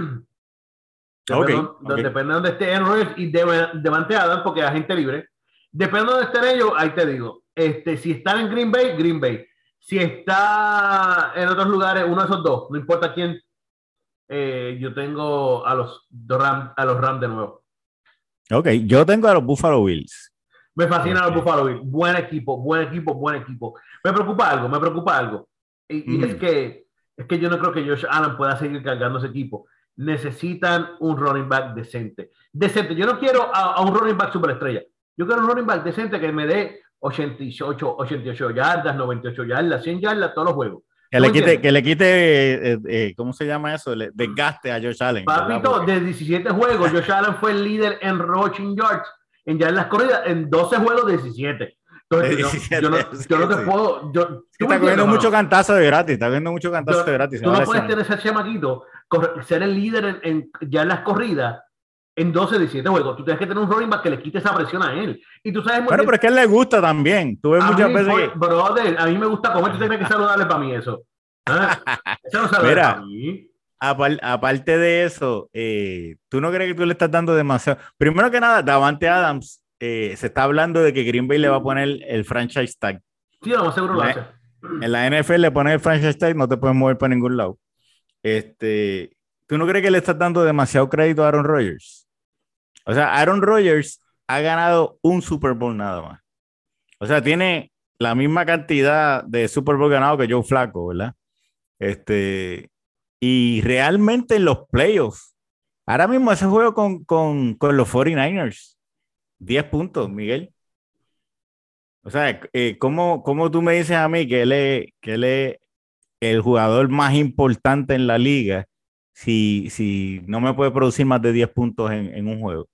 Ok, Depende, ok. depende de dónde esté Aaron Rodgers y Devante Adams, porque es agente libre. Depende de dónde estén ellos, ahí te digo. Este, si están en Green Bay, Green Bay. Si está en otros lugares, uno de esos dos, no importa quién, eh, yo tengo a los Rams, a los Rams de nuevo. Ok, yo tengo a los Buffalo Bills. Me fascinan Okay. los Buffalo Bills. Buen equipo, buen equipo, buen equipo. Me preocupa algo, me preocupa algo. Y, y mm. es que es que yo no creo que Josh Allen pueda seguir cargando ese equipo. Necesitan un running back decente. Decente. Yo no quiero a, a un running back superestrella. Yo quiero un running back decente que me dé ochenta y ocho, ochenta y ocho yardas, noventa y ocho yardas, cien yardas todos los juegos. Que le quite, que le quite eh, eh, ¿cómo se llama eso? Le desgaste a Josh Allen. Papito, porque... de diecisiete juegos, Josh Allen fue el líder en rushing yards, en yardas corridas, en doce juegos, diecisiete. Entonces, diecisiete, yo, no, sí, yo no te sí. puedo. Yo, sí, está cogiendo mucho cantazo de gratis, está cogiendo mucho cantazo yo, de gratis. Tú no puedes tener ese chamaquito, ser el líder en, en yardas corridas en doce, diecisiete juegos. Tú tienes que tener un running back que le quite esa presión a él. Y tú sabes muy bueno, bien, pero es que a él le gusta también. Tú ves muchas mí, veces. Por, que... Brother, a mí me gusta comer. Tú tienes que saludable para mí eso. ¿Eh? Eso no saludable Mira, para mí. Aparte de eso, eh, ¿tú no crees que tú le estás dando demasiado? Primero que nada, Davante Adams, eh, se está hablando de que Green Bay le va a poner el, el franchise tag. Sí, lo más seguro lo hace. En la N F L le pones el franchise tag, no te puedes mover para ningún lado. Este, ¿tú no crees que le estás dando demasiado crédito a Aaron Rodgers? O sea, Aaron Rodgers ha ganado un Super Bowl nada más. O sea, tiene la misma cantidad de Super Bowl ganado que Joe Flacco, ¿verdad? Este... Y realmente en los playoffs, ahora mismo ese juego con, con, con los cuarenta y nueve ers, diez puntos, Miguel. O sea, eh, ¿cómo, ¿cómo tú me dices a mí que él, es, que él es el jugador más importante en la liga si, si no me puede producir más de diez puntos en, en un juego?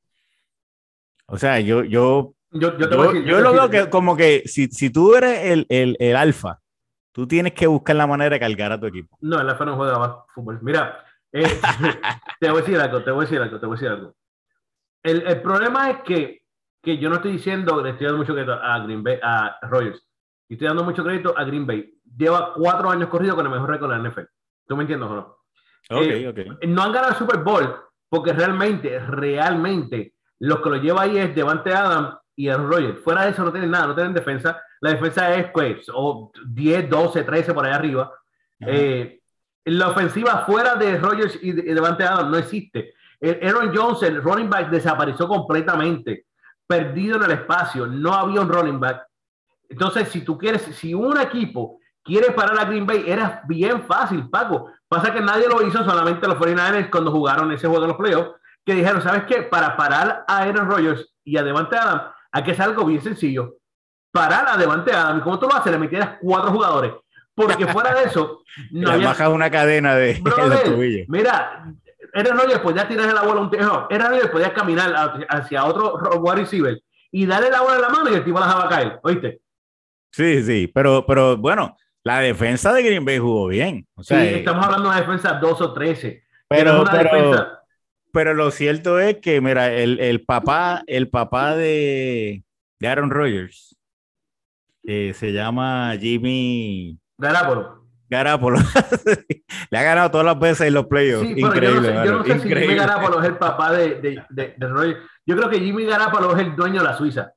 O sea, yo, yo, yo, yo, yo, decir, yo, yo lo veo que como que si, si tú eres el, el, el alfa, tú tienes que buscar la manera de cargar a tu equipo. No, el alfa no juega más fútbol. Mira, eh, te voy a decir algo, te voy a decir algo, te voy a decir algo. El, el problema es que, que yo no estoy diciendo, le estoy dando mucho crédito a Green Bay, a Rodgers. Y estoy dando mucho crédito a Green Bay. Lleva cuatro años corrido con el mejor récord de la N F L. ¿Tú me entiendes o no? Ok, eh, ok. No han ganado el Super Bowl porque realmente, realmente, lo que lo lleva ahí es Davante Adams y Aaron Rodgers. Fuera de eso no tienen nada, no tienen defensa. La defensa es pues, o diez, doce, trece por allá arriba. Eh, la ofensiva fuera de Rodgers y de, de Davante Adams no existe. El Aaron Jones, el running back, desapareció completamente, perdido en el espacio. No había un running back. Entonces, si tú quieres, si un equipo quiere parar a Green Bay, era bien fácil, Paco. Pasa que nadie lo hizo, solamente los cuarenta y nueve ers cuando jugaron ese juego de los playoffs, que dijeron, ¿sabes qué? Para parar a Aaron Rodgers y a Davante Adams, hay que hacer algo bien sencillo. Parar a Davante Adams. ¿Cómo tú lo haces? Le metieras cuatro jugadores. Porque fuera de eso, no había... bajas una cadena de tobillo. Mira, Aaron Rodgers podía tirarle la bola a un tejo. Aaron Rodgers podía caminar hacia otro wide receiver y darle la bola en la mano y el tipo la dejaba caer. ¿Oíste? Sí, sí, pero, pero bueno, la defensa de Green Bay jugó bien. O sea, sí, estamos eh, hablando de una defensa dos o trece. Pero, pero, defensa... pero lo cierto es que, mira, el, el papá, el papá de, de Aaron Rodgers eh, se llama Jimmy Garoppolo. Garoppolo. Le ha ganado todas las veces en los playoffs. Sí, increíble. Yo no sé, yo no sé si Jimmy Garoppolo es el papá de, de, de, de Rodgers. Yo creo que Jimmy Garoppolo es el dueño de la Suiza.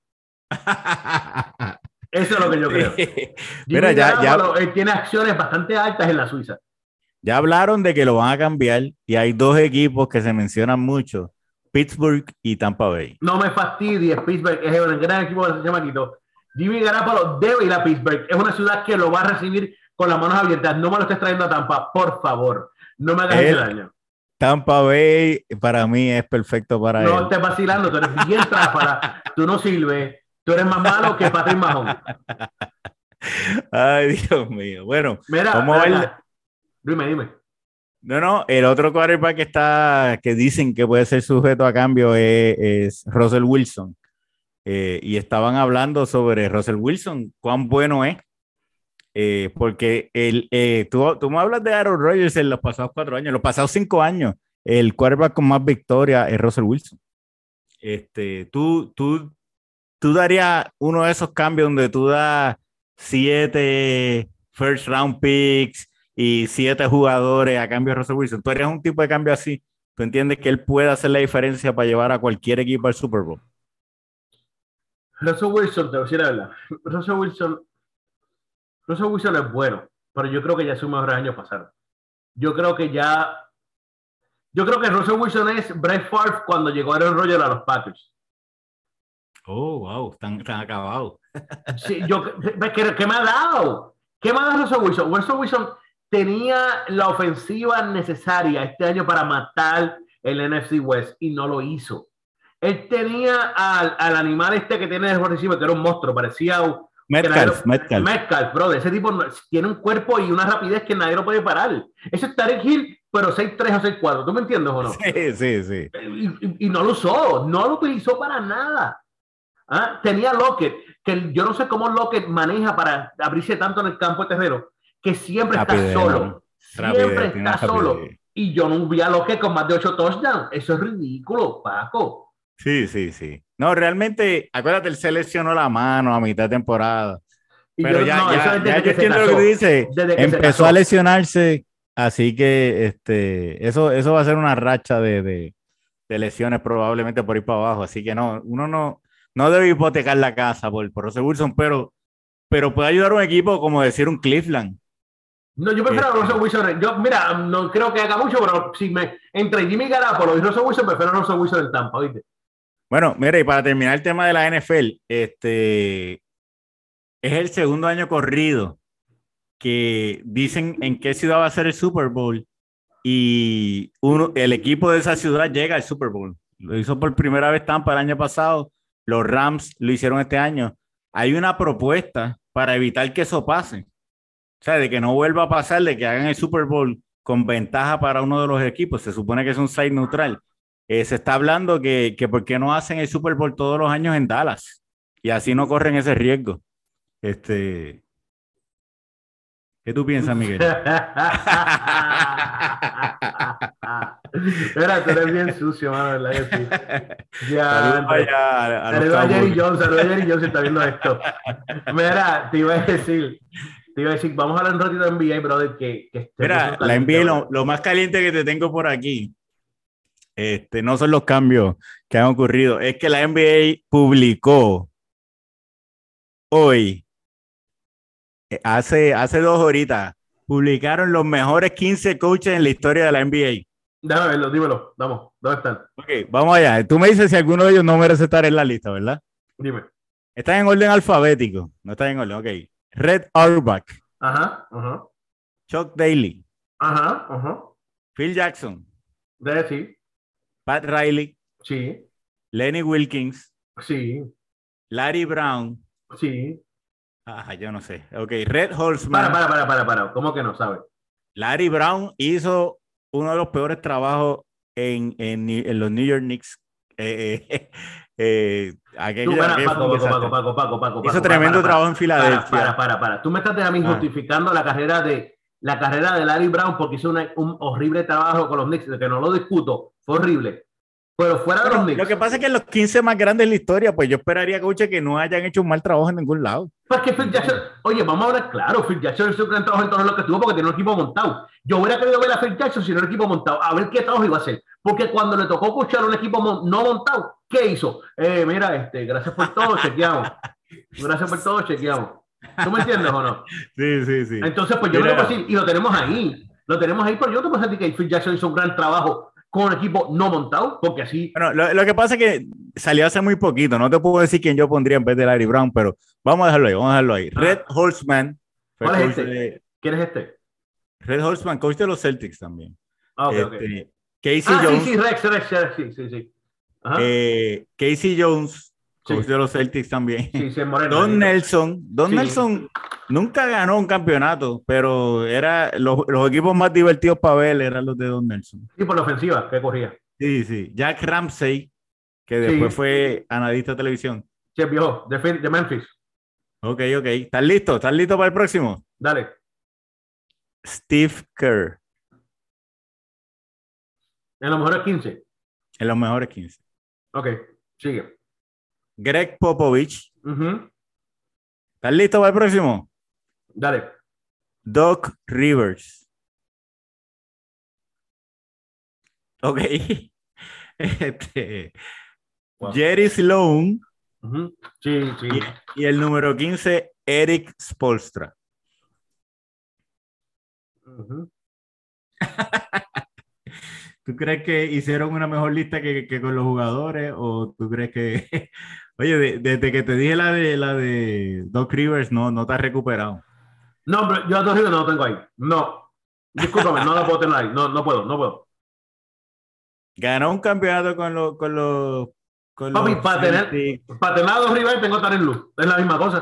Eso es lo que yo creo. Mira, ya, ya, él tiene acciones bastante altas en la Suiza. Ya hablaron de que lo van a cambiar y hay dos equipos que se mencionan mucho, Pittsburgh y Tampa Bay. No me fastidies, Pittsburgh es un gran equipo de ese chamaquito. Jimmy Garoppolo debe ir a Pittsburgh. Es una ciudad que lo va a recibir con las manos abiertas. No me lo estés trayendo a Tampa, por favor. No me hagas ese daño. Tampa Bay para mí es perfecto para no él. No estés vacilando, tú eres bien tráfala. Tú no sirves. Tú eres más malo que Patrick Mahomes. Ay, Dios mío. Bueno, mira, vamos a ver. Dime, dime. No, no, el otro quarterback que está, que dicen que puede ser sujeto a cambio es, es Russell Wilson. Eh, y estaban hablando sobre Russell Wilson, cuán bueno es. Eh, porque el, eh, tú, tú me hablas de Aaron Rodgers en los pasados cuatro años, en los pasados cinco años, el quarterback con más victorias es Russell Wilson. Este, tú, tú, tú darías uno de esos cambios donde tú das siete first round picks y siete jugadores a cambio de Russell Wilson. Tú harías un tipo de cambio así. ¿Tú entiendes que él puede hacer la diferencia para llevar a cualquier equipo al Super Bowl? Russell Wilson, te voy a decir la verdad. Russell Wilson, Russell Wilson es bueno, pero yo creo que ya sus mejores años pasaron. Yo creo que ya... Yo creo que Russell Wilson es Brett Favre cuando llegó Aaron Rodgers a los Packers. Oh, wow, están, están acabados. Sí, yo, ¿qué, qué me ha dado? ¿Qué me ha dado Russell Wilson? Russell Wilson tenía la ofensiva necesaria este año para matar el N F C West y no lo hizo. Él tenía al, al animal este que tiene de recibo, que era un monstruo, parecía un, que nadie Metcalf, lo, Metcalf. Metcalf, bro, ese tipo tiene un cuerpo y una rapidez que nadie lo puede parar. Ese es Tarek Hill, pero seis tres o seis cuatro, ¿tú me entiendes o no? Sí, sí, sí. Y, y, y no lo usó, no lo utilizó para nada. ¿Ah? Tenía Lockett, que yo no sé cómo Lockett maneja para abrirse tanto en el campo de terreno, que siempre Rapidez, está solo, rapidez, siempre tiene está solo. rapidez. Y yo no vi a Lockett con más de ocho touchdowns. Eso es ridículo, Paco. Sí, sí, sí. No, realmente, acuérdate, él se lesionó la mano a mitad de temporada. Y yo Pero no, ya, no, eso ya, es ya desde yo que se entiendo lo que tú casó. dices. Desde que se Empezó a casó. lesionarse, así que este, eso, eso va a ser una racha de, de, de lesiones probablemente por ir para abajo. Así que no, uno no, no debe hipotecar la casa por, por Russell Wilson, pero, pero puede ayudar a un equipo como decir un Cleveland. No, yo prefiero a Este, Russell Wilson. Yo, mira, no creo que haga mucho, pero si me entre Jimmy Garoppolo y Russell Wilson, prefiero a Russell Wilson en Tampa, ¿oíste? bueno, mira, y para terminar el tema de la N F L, este, es el segundo año corrido que dicen en qué ciudad va a ser el Super Bowl y uno, el equipo de esa ciudad llega al Super Bowl. Lo hizo por primera vez Tampa el año pasado, los Rams lo hicieron este año. Hay una propuesta para evitar que eso pase, o sea, de que no vuelva a pasar, de que hagan el Super Bowl con ventaja para uno de los equipos. Se supone que es un site neutral. Eh, se está hablando que, que por qué no hacen el Super Bowl todos los años en Dallas y así no corren ese riesgo. Este, ¿qué tú piensas, Miguel? Mira, tú eres bien sucio, mano, ¿verdad que sí? Ya, Saludos entre. allá a, a los Saludos a Jerry Cowboys. Jones, saludos a Jerry Jones si está viendo esto. Mira, te iba a decir, te iba a decir, vamos a hablar un ratito de N B A, brother, que, que se puso Mira, la caliente, N B A, brother. lo, lo más caliente que te tengo por aquí, este, no son los cambios que han ocurrido, es que la N B A publicó hoy, eh, hace, hace dos horitas, publicaron los mejores quince coaches en la historia de la N B A. Déjame verlo, dímelo, vamos, ¿dónde están? Ok, vamos allá. Tú me dices si alguno de ellos no merece estar en la lista, ¿verdad? Dime. Están en orden alfabético. No están en orden, ok. Red Auerbach, Ajá, ajá, Chuck Daly, ajá, ajá. Phil Jackson, Debe sí, Pat Riley, sí, Lenny Wilkins, sí, Larry Brown. sí. Ah, yo no sé. Ok, Red Para, Holzman. para, para, para, para. ¿Cómo que no sabes? Larry Brown hizo uno de los peores trabajos en, en, en los New York Knicks. Eh, eh, eh, Tú, aquello, para, aquello fue Paco, un Paco, Paco, desastre. Paco, Paco, Paco, Hizo Paco, para, tremendo para, trabajo en para, para, para, Filadelfia. para, para. Tú me estás a mí Ah, justificando la carrera de la carrera de Larry Brown porque hizo una, un horrible trabajo con los Knicks, de que no lo discuto, fue horrible. Pero fuera de los bueno, lo Knicks, que pasa es que los quince más grandes de la historia, pues yo esperaría, coach, que no hayan hecho un mal trabajo en ningún lado. pues que ¿Me Phil Jackson, entiendes? oye, vamos a hablar claro, Phil Jackson hizo un gran trabajo en todo lo que estuvo porque tiene un equipo montado. Yo hubiera querido ver a Phil Jackson sin un equipo montado, a ver qué trabajo iba a hacer. Porque cuando le tocó coachar un equipo mon no montado, ¿qué hizo? Eh, mira, este, gracias por todo, chequeamos. Gracias por todo, chequeamos. ¿Tú me entiendes o no? Sí, sí, sí. Entonces, pues yo no te puedo Mira, decir, y lo tenemos ahí, lo tenemos ahí, pero yo no te puedo decir que Phil Jackson hizo un gran trabajo con un equipo no montado, porque así. bueno, lo, lo que pasa es que salió hace muy poquito. No te puedo decir quién yo pondría en vez de Larry Brown, pero vamos a dejarlo ahí, vamos a dejarlo ahí. Red Ah, Holzman fue ¿cuál es coach este? de, ¿Quién es este? Red Holzman, coach de los Celtics también. Ah, ok, ok. Este, Casey Ah, sí, sí, Jones, Rex, Rex, Rex, sí, sí, sí. Ajá, eh, Casey Jones, coach sí, de los Celtics también. sí, sí, es moreno, Don negrito. Nelson, Don Sí, Nelson nunca ganó un campeonato, pero era los, los equipos más divertidos para ver eran los de Don Nelson. sí, por la ofensiva que corría. Sí, sí. Jack Ramsey, que después Sí, fue analista de televisión. sí, el viejo, de, de Memphis. Ok, ok. ¿Estás listo? ¿Estás listo para el próximo? Dale. Steve Kerr, En los mejores quince. en los mejores quince. Ok, sigue. Greg Popovich, Uh -huh. ¿estás listo para el próximo? Dale. Doc Rivers. Ok. Este, Wow. Jerry Sloan Uh -huh. Sí, sí. y, y el número quince, Eric Spolstra. Uh -huh. ¿Tú crees que hicieron una mejor lista que, que con los jugadores o tú crees que Oye, de- desde que te dije la de la de Doc Rivers, no, no te has recuperado. No, pero yo a Doc Rivers no lo tengo ahí. No. Discúlpame, no lo puedo tener ahí. No, no puedo, no puedo. Ganó un campeonato con los con los con Papi, los para tener, Celtics. para tener a Doc Rivers tengo Tarek Luz. Es la misma cosa.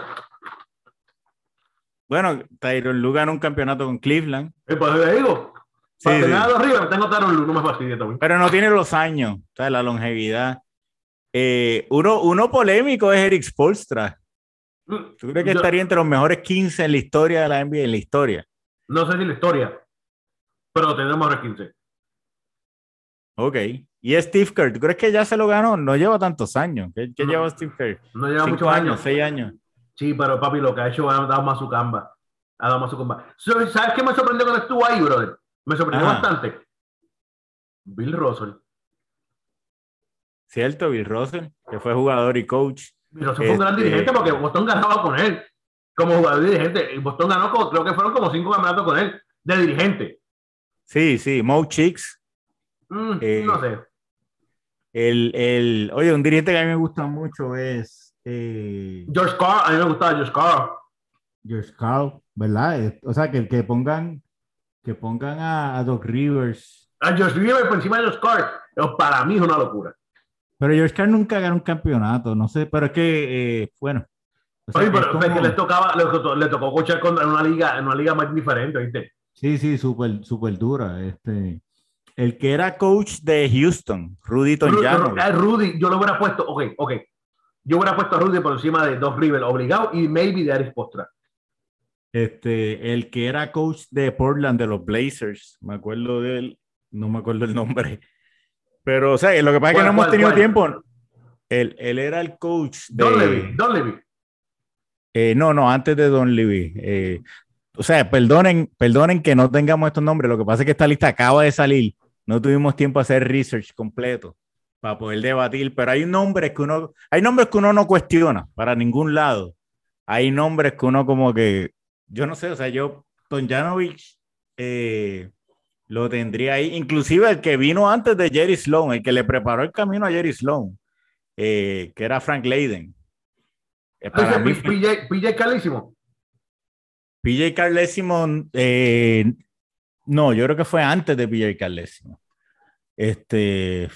Bueno, Tyronn Lue ganó un campeonato con Cleveland. Y pues le digo, para Sí, tener a sí. Doc Rivers tengo Tarek Luz. No me fastidie también. Pero no tiene los años, o sea, la longevidad. Eh, uno, uno polémico es Eric Spoelstra. ¿Tú crees que Yo, estaría entre los mejores quince en la historia de la N B A, en la historia? no sé si la historia, pero tenemos el quince. Ok. ¿Y Steve Kerr? ¿Tú crees que ya se lo ganó? No lleva tantos años. ¿Qué, qué No, lleva Steve Kerr? no lleva Cinco muchos años, años. seis años. Sí, pero papi, lo que ha hecho ha dado más su camba. Ha dado más su camba. ¿Sabes qué me sorprendió cuando estuvo ahí, brother? Me sorprendió Ajá. bastante. Bill Russell. Cierto, Bill Russell, que fue jugador y coach. Bill Russell fue un gran Este, dirigente porque Boston ganaba con él. Como jugador y dirigente. Y Boston ganó, como, creo que fueron como cinco campeonatos con él. De dirigente. sí, sí, Mo Cheeks. Mm, Eh, no sé. el, el, oye, un dirigente que a mí me gusta mucho es eh, George Carl. A mí me gustaba George Carl. George Karl, ¿verdad? Eh, O sea, que, que pongan, que pongan a, a Doc Rivers. A George Rivers por encima de George Carl. Pero para mí es una locura. Pero George Karl nunca ganó un campeonato, no sé, pero es que, eh, bueno, o sea, Oye, es pero es que le como, tocaba, le, tocó- le tocó coachar contra en una liga, en una liga más diferente, ¿viste? sí, sí, súper, súper dura. Este, el que era coach de Houston, Rudy Ru- Ru- Tonjanovic. a Rudy, yo lo hubiera puesto, ok, ok. Yo hubiera puesto a Rudy por encima de Doc Rivers, obligado, y maybe de Aris Postra. Este, el que era coach de Portland, de los Blazers, me acuerdo de él, no me acuerdo el nombre. Pero, o sea, lo que pasa es que no ¿Cuál, hemos cuál, tenido cuál? tiempo. Él, él era el coach Don Levy, de... Don Levy. eh, no, no, antes de Don Levy. Eh, o sea, perdonen, perdonen que no tengamos estos nombres. Lo que pasa es que esta lista acaba de salir. No tuvimos tiempo a hacer research completo para poder debatir. Pero hay nombres que uno, hay nombres que uno no cuestiona para ningún lado. Hay nombres que uno como que, yo no sé, o sea, yo, Tonjanovic, eh, lo tendría ahí. Inclusive el que vino antes de Jerry Sloan, el que le preparó el camino a Jerry Sloan, eh, que era Frank Leiden. Eh, para Dice mí, P J, P J Calísimo. P J Carlesimo, eh, no, yo creo que fue antes de P J Carlesimo. Este,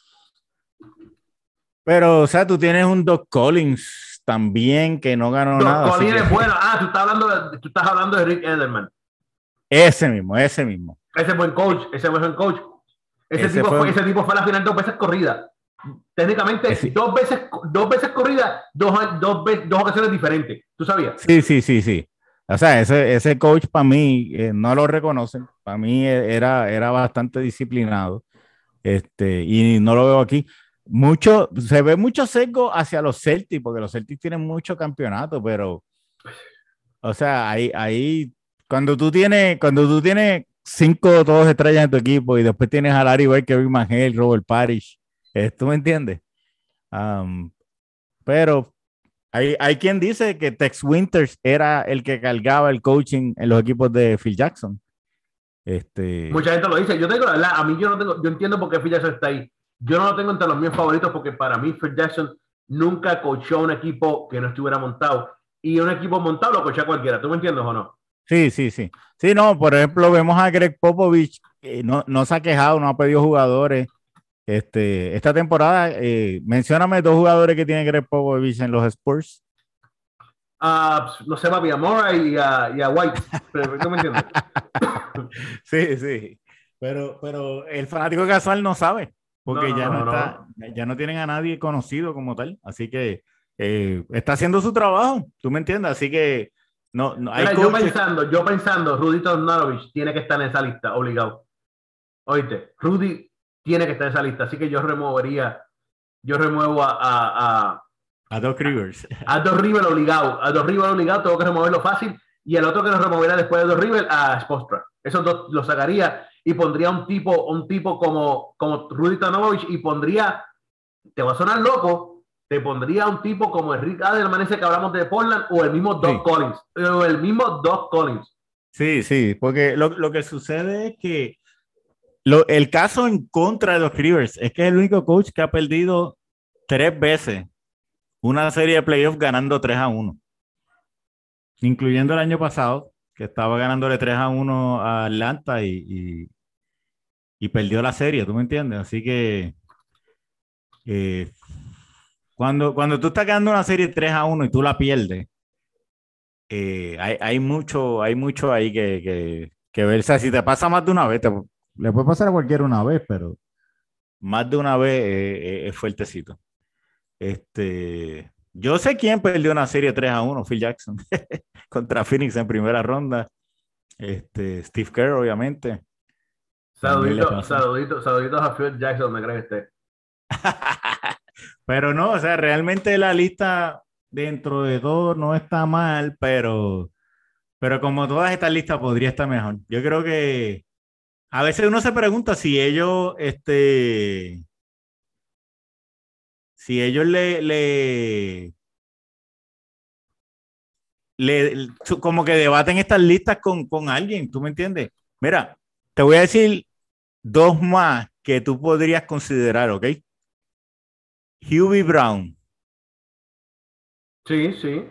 pero, o sea, tú tienes un Doc Collins también que no ganó Doc nada. Así Collins que es bueno. Ah, tú estás hablando de, tú estás hablando de Rick Edelman. ese mismo, ese mismo. Ese buen coach, ese buen coach. Ese, Ese tipo fue, fue, ese tipo fue a la final dos veces corrida. Técnicamente, ese, dos veces, dos veces corrida, dos, dos, dos ocasiones diferentes. ¿Tú sabías? sí, sí, sí, sí. O sea, ese, ese coach para mí eh, no lo reconocen. Para mí eh, era, era bastante disciplinado. Este, y no lo veo aquí. Mucho, se ve mucho sesgo hacia los Celtics, porque los Celtics tienen mucho campeonato, pero, o sea, ahí, ahí, cuando tú tienes, cuando tú tienes cinco o dos estrellas en tu equipo y después tienes a Larry Bird, Kevin McHale, Robert Parrish, eh, ¿tú me entiendes? Um, pero hay, hay quien dice que Tex Winters era el que cargaba el coaching en los equipos de Phil Jackson. Este, Mucha gente lo dice. Yo tengo la verdad, a mí yo no tengo, yo entiendo por qué Phil Jackson está ahí. Yo no lo tengo entre los míos favoritos porque para mí Phil Jackson nunca coachó un equipo que no estuviera montado. Y un equipo montado lo coachea cualquiera. ¿Tú me entiendes o no? Sí, sí, sí. Sí, no, por ejemplo, vemos a Greg Popovich, eh, no, no se ha quejado, no ha pedido jugadores. Este, esta temporada, eh, mencióname dos jugadores que tiene Greg Popovich en los Spurs. Uh, no sé, papi, a Murray y a, y a White. Pero, ¿tú me entiendes? Sí, sí. Pero, pero el fanático casual no sabe, porque No, ya no, no no, está, no. ya no tienen a nadie conocido como tal. Así que eh, está haciendo su trabajo, ¿tú me entiendes? Así que no, no hay Mira, yo coaches. pensando, yo pensando, Rudy Tomjanovich tiene que estar en esa lista, obligado. Oíste, Rudy tiene que estar en esa lista, así que yo removería, yo remuevo a, a, a, A Doc Rivers. a Doc Rivers obligado, a Doc Rivers obligado, tengo que removerlo fácil, y el otro que lo removería después de Doc Rivers, a Spoelstra. Esos dos los sacaría y pondría un tipo, un tipo como, como Rudy Tomjanovich y pondría, te va a sonar loco, te pondría un tipo como Rick Adelman, ese que hablamos de Portland, o el mismo Doc Sí. Collins, o el mismo Doc Collins. Sí, sí, porque lo, lo que sucede es que lo, el caso en contra de los Rivers es que es el único coach que ha perdido tres veces una serie de playoffs ganando tres a uno, incluyendo el año pasado, que estaba ganándole tres a uno a Atlanta y, y, y perdió la serie, ¿tú me entiendes? Así que eh, cuando, cuando tú estás ganando una serie tres a uno y tú la pierdes, eh, hay, hay mucho, hay mucho ahí que, que, que ver. O sea, si te pasa más de una vez, te- le puede pasar a cualquiera una vez, pero más de una vez eh, eh, es fuertecito. Este, yo sé quién perdió una serie tres a uno, Phil Jackson, contra Phoenix en primera ronda. Este, Steve Kerr, obviamente, también le Saludito, pasó. saludito, saluditos a Phil Jackson, me crees este. Pero no, o sea, realmente la lista dentro de todo no está mal, pero, pero como todas estas listas podría estar mejor. Yo creo que a veces uno se pregunta si ellos, este, si ellos le, le, le, su- como que debaten estas listas con, con alguien, ¿tú me entiendes? Mira, te voy a decir dos más que tú podrías considerar, ¿ok? Hubie Brown. Sí, sí.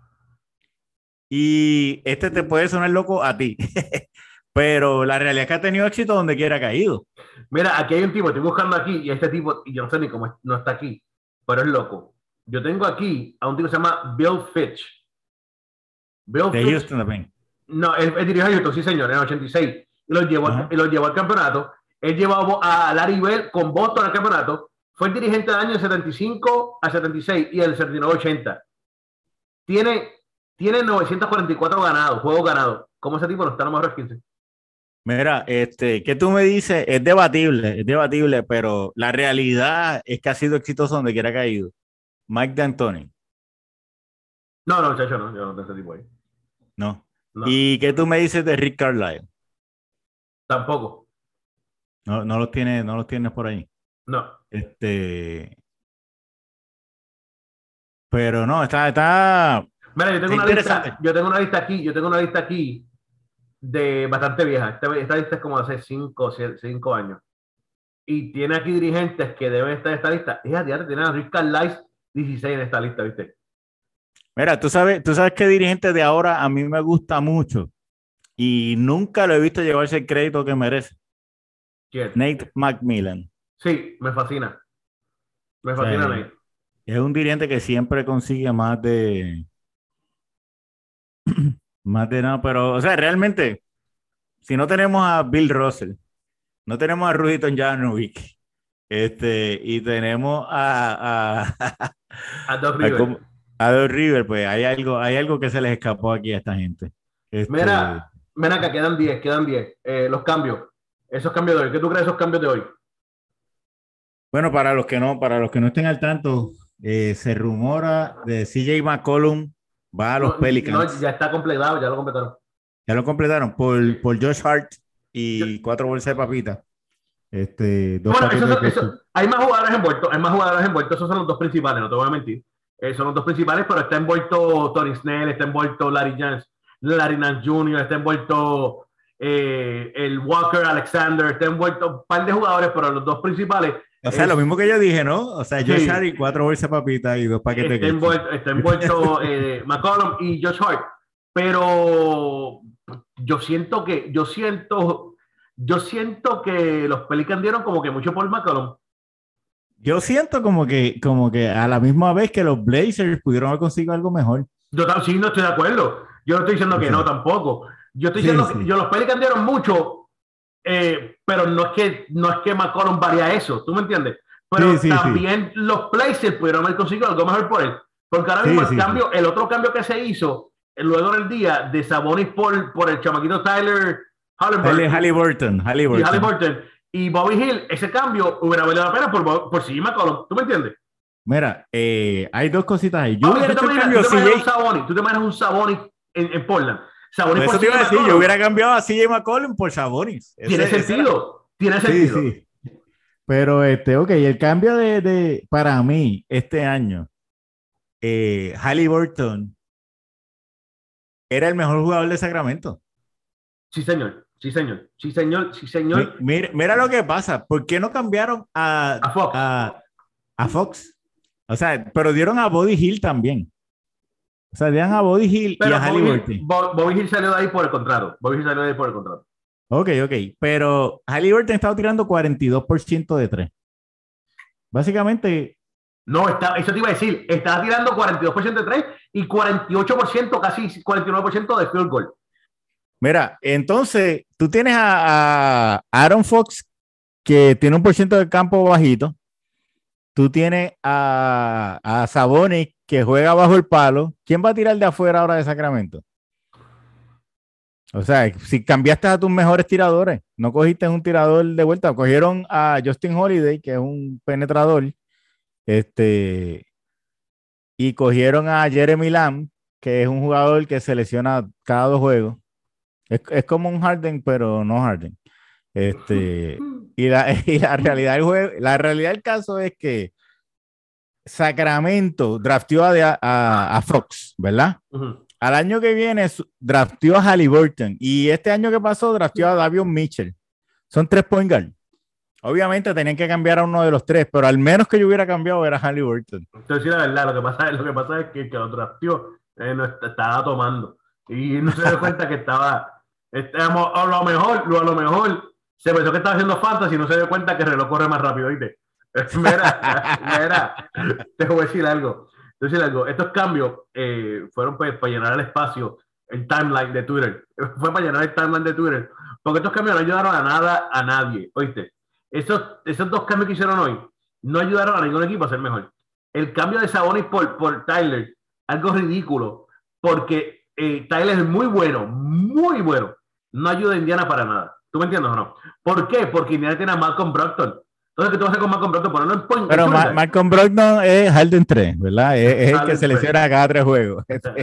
Y este te puede sonar loco a ti, pero la realidad es que ha tenido éxito donde quiera que ha ido. Mira, aquí hay un tipo, estoy buscando aquí, y este tipo, y yo no sé ni cómo es- no está aquí, pero es loco. Yo tengo aquí a un tipo que se llama Bill Fitch. Bill De Fitch, Houston también. no, él, él dirigió a Houston, sí señor, en el ochenta y seis, y lo llevó, al- y Ajá. lo llevó al campeonato. Él llevó a Larry Bell con Boston al campeonato. Fue el dirigente del año del setenta y cinco al setenta y seis y el setenta y nueve ochenta. Tiene, tiene novecientos cuarenta y cuatro ganados, juegos ganados. ¿Cómo ese tipo no está en los mejores quince? Mira, este, ¿qué tú me dices? Es debatible, es debatible, pero la realidad es que ha sido exitoso donde quiera que ha ido. Mike D'Antoni, No, no, muchacho, no, yo no tengo ese tipo ahí. ¿no? No, ¿Y qué tú me dices de Rick Carlisle? tampoco. No, no los tienes, no los tienes por ahí. No. Este, pero no, está, está, Mira, yo tengo está una lista, interesante. yo tengo una lista aquí, yo tengo una lista aquí de bastante vieja. Esta, esta lista es como de hace cinco años. Y tiene aquí dirigentes que deben estar en esta lista. Fíjate, tiene a Rick Carlisle dieciséis en esta lista, ¿viste? Mira, tú sabes, tú sabes qué dirigente de ahora a mí me gusta mucho y nunca lo he visto llevarse el crédito que merece. ¿Quién? Nate McMillan. Sí, me fascina. Me O sea, fascina eh, Nate. es un dirigente que siempre consigue más de, más de nada, pero, o sea, realmente, si no tenemos a Bill Russell, no tenemos a Rudy Tomjanovich, este, y tenemos a, a, A Doc a, River. como- a Doc River, pues hay algo, hay algo que se les escapó aquí a esta gente. Este, Mira, mira acá, quedan diez, quedan diez. Eh, los cambios. Esos cambios de hoy. ¿Qué tú crees de esos cambios de hoy? bueno, para los que no, para los que no estén al tanto, eh, se rumora de C J McCollum va a los No, no, Pelicans. ya está completado, ya lo completaron. Ya lo completaron por, Sí. por Josh Hart Yo, y cuatro bolsas de papita. Este, dos bueno, eso, paquetes de eso, ketchup. hay más jugadores envueltos, hay más jugadores envueltos, esos son los dos principales, no te voy a mentir. Eh, son los dos principales, pero está envuelto Tony Snell, está envuelto Larry Jones, Larry Nance junior, está envuelto eh, el Walker Alexander, está envuelto un par de jugadores, pero los dos principales O sea, lo es, mismo que yo dije, ¿no? O sea, Josh Hart sí, y cuatro bolsas de papita y dos paquetes está de ketchup. envuelto, está envuelto eh, McCollum y Josh Hart, pero yo siento que, yo siento, yo siento que los Pelicans dieron como que mucho por McCollum. Yo siento como que, como que a la misma vez que los Blazers pudieron haber conseguido algo mejor. Yo sí no estoy de acuerdo. Yo no estoy diciendo O que no sea, tampoco. Yo estoy sí, diciendo que sí. yo, los Pelicans dieron mucho, eh, pero no es que no es que McCollum varía eso, ¿tú me entiendes? Sí, Pero sí, sí. también los Blazers pudieron haber conseguido algo mejor por él. Porque ahora mismo Sí, el sí, sí. cambio, el otro cambio que se hizo eh, luego del día de Sabonis por, por el chamaquito Tyler Tyler Hallenberg y, Halliburton, y Halliburton. Halliburton y Bobby Hill, ese cambio hubiera valido la pena por, por sí McCollum, ¿tú me entiendes? Mira, eh, hay dos cositas ahí. Yo Bobby, hubiera ¿tú te hecho el imaginas, tú cambio te imaginas un C J. Sabonis? ¿Tú te imaginas un Sabonis en, en Portland? Sabonis por Eso te C J iba a decir, yo McCollum. hubiera cambiado a C J McCollum por Sabonis. Tiene Ese, ese era. sentido, tiene Sí, sentido. sí. Pero este, ok, el cambio de, de para mí este año, eh, Halliburton era el mejor jugador de Sacramento. Sí, señor, sí, señor, sí, señor, sí, Mi- señor. Mira, mira lo que pasa. ¿Por qué no cambiaron a, A Fox. a, a Fox? O sea, pero dieron a Bobby Hill también. O sea, dieron a Bobby Hill Pero y a Bobby Halliburton. Hill, Bobby Hill salió de ahí por el contrato. Bobby Hill salió de ahí por el contrato. Ok, ok. Pero Halliburton estaba tirando cuarenta y dos por ciento de tres. Básicamente. No, está, eso te iba a decir. Estaba tirando cuarenta y dos por ciento de tres y cuarenta y ocho por ciento, casi cuarenta y nueve por ciento de field goal. Mira, entonces tú tienes a, a Aaron Fox, que tiene un por ciento de campo bajito. Tú tienes a, a Sabonis, que juega bajo el palo. ¿Quién va a tirar de afuera ahora de Sacramento? O sea, si cambiaste a tus mejores tiradores, no cogiste un tirador de vuelta, cogieron a Justin Holiday, que es un penetrador, este, y cogieron a Jeremy Lamb, que es un jugador que se lesiona cada dos juegos. Es, es como un Harden, pero no Harden. Este, y, la, y la realidad del juego, la realidad del caso es que Sacramento drafteó a, a, a Fox, ¿verdad? Uh-huh. Al año que viene drafteó a Halliburton y este año que pasó drafteó a Davion Mitchell. Son tres point guard. Obviamente tenían que cambiar a uno de los tres, pero al menos que yo hubiera cambiado era Halliburton. Entonces, la verdad, lo que pasa, lo que pasa es que el que lo drafteó eh, no estaba tomando y no se dio cuenta que estaba, estábamos, a lo mejor, a lo mejor se pensó que estaba haciendo fantasy y no se dio cuenta que el reloj corre más rápido, ¿viste? Mira, mira, te voy a decir algo. Te voy a decir algo. Estos cambios eh, fueron pues, para llenar el espacio, el timeline de Twitter. Fue para llenar el timeline de Twitter. Porque estos cambios no ayudaron a nada, a nadie. ¿Oíste? Esos, esos dos cambios que hicieron hoy no ayudaron a ningún equipo a ser mejor. El cambio de Sabonis por, por Tyler, algo ridículo. Porque eh, Tyler es muy bueno, muy bueno. No ayuda a Indiana para nada. ¿Tú me entiendes o no? ¿Por qué? Porque Indiana tiene a Malcolm Brogdon. Entonces, ¿qué tú vas a hacer con Malcolm Brogdon? Ponerlo en point. Pero Ma Malcolm Brogdon es Harden tres, ¿verdad? Es, es el que se lesiona cada tres juegos.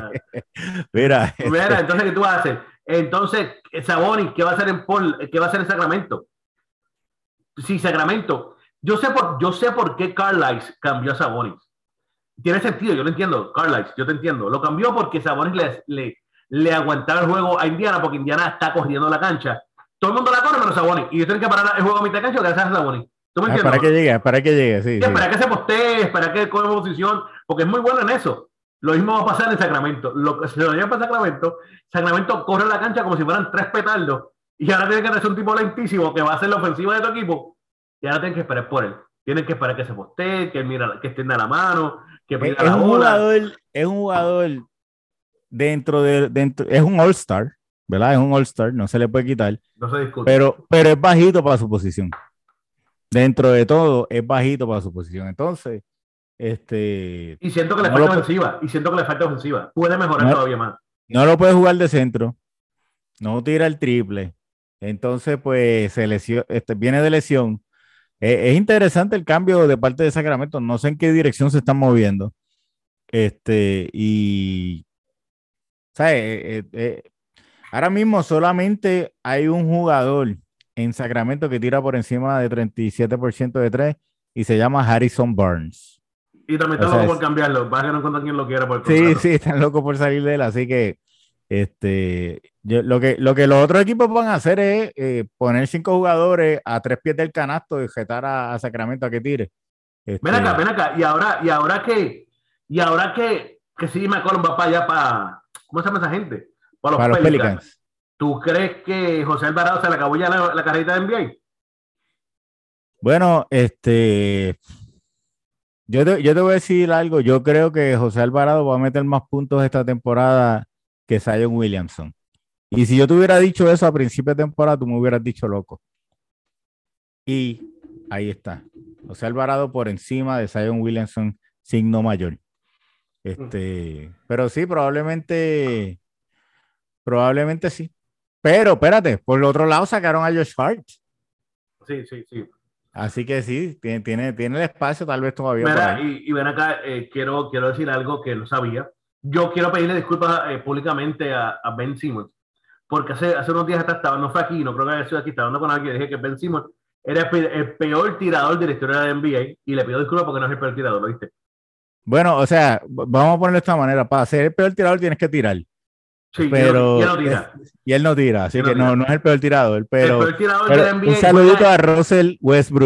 Mira. Mira, entonces, ¿qué tú vas a hacer? Entonces, Sabonis, ¿qué va a hacer en Paul? ¿Qué va a hacer en Sacramento? Sí, Sacramento. Yo sé por, yo sé por qué Carlisle cambió a Sabonis. Tiene sentido, yo lo entiendo, Carlisle, yo te entiendo. Lo cambió porque Sabonis le, le, le aguantaba el juego a Indiana porque Indiana está corriendo la cancha. Todo el mundo la corre menos Sabonis. Y yo tengo que parar el juego a mitad de cancha gracias a Sabonis. ¿Tú me entiendes? Ah, para que llegue, para que llegue, sí. sí. Para que se postee, para que coja posición, porque es muy bueno en eso. Lo mismo va a pasar en Sacramento. Lo que se lo lleva para Sacramento, Sacramento corre la cancha como si fueran tres petardos. Y ahora tiene que hacer un tipo lentísimo que va a hacer la ofensiva de tu equipo. Y ahora tienen que esperar por él. Tienen que esperar que se postee, que mira, que extienda la mano, que pida es la un bola. Jugador, es un jugador dentro de, dentro, es un All-Star, ¿verdad? Es un All-Star, no se le puede quitar. No se discute. Pero, pero es bajito para su posición. Dentro de todo, es bajito para su posición. Entonces, este. Y siento que le no falta ofensiva. Y siento que le falta ofensiva. Puede mejorar no, todavía más. No lo puede jugar de centro. No tira el triple. Entonces, pues, se lesión, este, viene de lesión. Eh, es interesante el cambio de parte de Sacramento. No sé en qué dirección se están moviendo. Este, y. ¿Sabes? Eh, eh, eh, ahora mismo solamente hay un jugador en Sacramento que tira por encima de treinta y siete por ciento de tres y se llama Harrison Barnes. Y también están locos por cambiarlo. Va a que no encuentran quien lo quiera por el Sí, contrato. sí, están locos por salir de él. Así que, este, yo, lo que lo que los otros equipos van a hacer es eh, poner cinco jugadores a tres pies del canasto y jetar a, a Sacramento a que tire. Este... Ven acá, ven acá. Y ahora, y ahora que, y ahora que, que sí, McCollum va para allá para, ¿cómo se llama esa gente? Para los, para los Pelicans. Pelicans. ¿Tú crees que José Alvarado se le acabó ya la, la carrera de N B A? Bueno, este, yo te, yo te voy a decir algo. Yo creo que José Alvarado va a meter más puntos esta temporada que Zion Williamson. Y si yo te hubiera dicho eso a principio de temporada, tú me hubieras dicho loco. Y ahí está. José Alvarado por encima de Zion Williamson, signo mayor. Este, mm. Pero sí, probablemente, probablemente sí. Pero, espérate, por el otro lado sacaron a Josh Hart. Sí, sí, sí. Así que sí, tiene, tiene, tiene el espacio tal vez todavía. Mira, y, y ven acá, eh, quiero, quiero decir algo que no sabía. Yo quiero pedirle disculpas eh, públicamente a, a Ben Simmons, porque hace, hace unos días atrás estaba, no fue aquí, no creo que haya sido aquí, estaba hablando con alguien y dije que Ben Simmons era el, el peor tirador de la historia de la N B A y le pido disculpas porque no es el peor tirador, ¿lo viste? Bueno, o sea, vamos a ponerlo de esta manera, para ser el peor tirador tienes que tirar. Sí, pero y él no tira. Es, y él no tira, así él que no, no, no es el peor tirador. Pero, el peor tirador pero de la N B A un saludito a Russell Westbrook,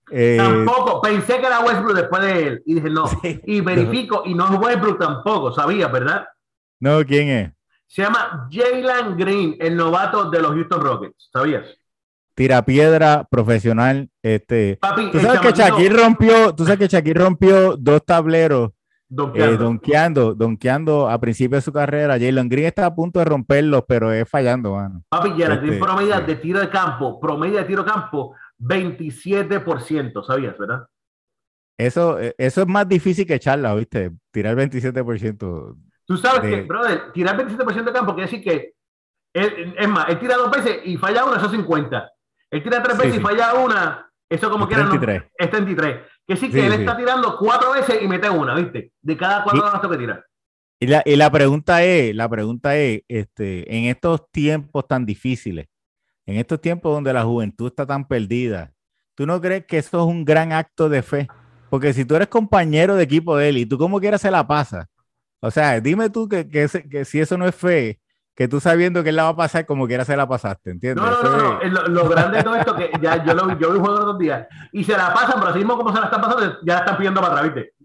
Eh, tampoco, pensé que era Westbrook después de él. Y dije, no. sí, Y verifico, no. Y no es Westbrook tampoco, sabía, ¿verdad? No, ¿quién es? Se llama Jalen Green, el novato de los Houston Rockets. ¿Sabías? Tirapiedra profesional. Este, Papi, tú el sabes que Shaquille chamaquito rompió, tú sabes que Shaquille rompió dos tableros eh, donkeando. donkeando, donkeando a principio de su carrera. Jalen Green está a punto de romperlos, pero es fallando, mano. Papi, Jalen Green Este, promedia sí. de tiro de campo, promedia de tiro de campo, veintisiete por ciento, ¿sabías, verdad? Eso, eh, eso es más difícil que echarla, ¿viste? Tirar veintisiete por ciento Tú sabes que, de... brother, tirar veintisiete por ciento de campo quiere decir que, él, es más, él tira dos veces y falla una, eso es cincuenta. Él tira tres Sí, veces y sí, falla una, eso como es quiera no, treinta y tres. es treinta y tres. Que sí que Sí, él está sí. tirando cuatro veces y mete una, ¿viste? De cada cuatro Y, ganas que tira. y la, y la pregunta es, la pregunta es, este, en estos tiempos tan difíciles, en estos tiempos donde la juventud está tan perdida, ¿tú no crees que eso es un gran acto de fe? Porque si tú eres compañero de equipo de él y tú como quieras se la pasas, o sea, dime tú que, que, ese- que si eso no es fe, que tú sabiendo que él la va a pasar como quiera se la pasaste, No, ¿entiendes? no, Eso no, no. es... Lo, lo grande de todo esto que ya yo lo yo vi un juego los dos días y se la pasan, pero así mismo como se la están pasando, ya la están pidiendo para atrás, ¿viste?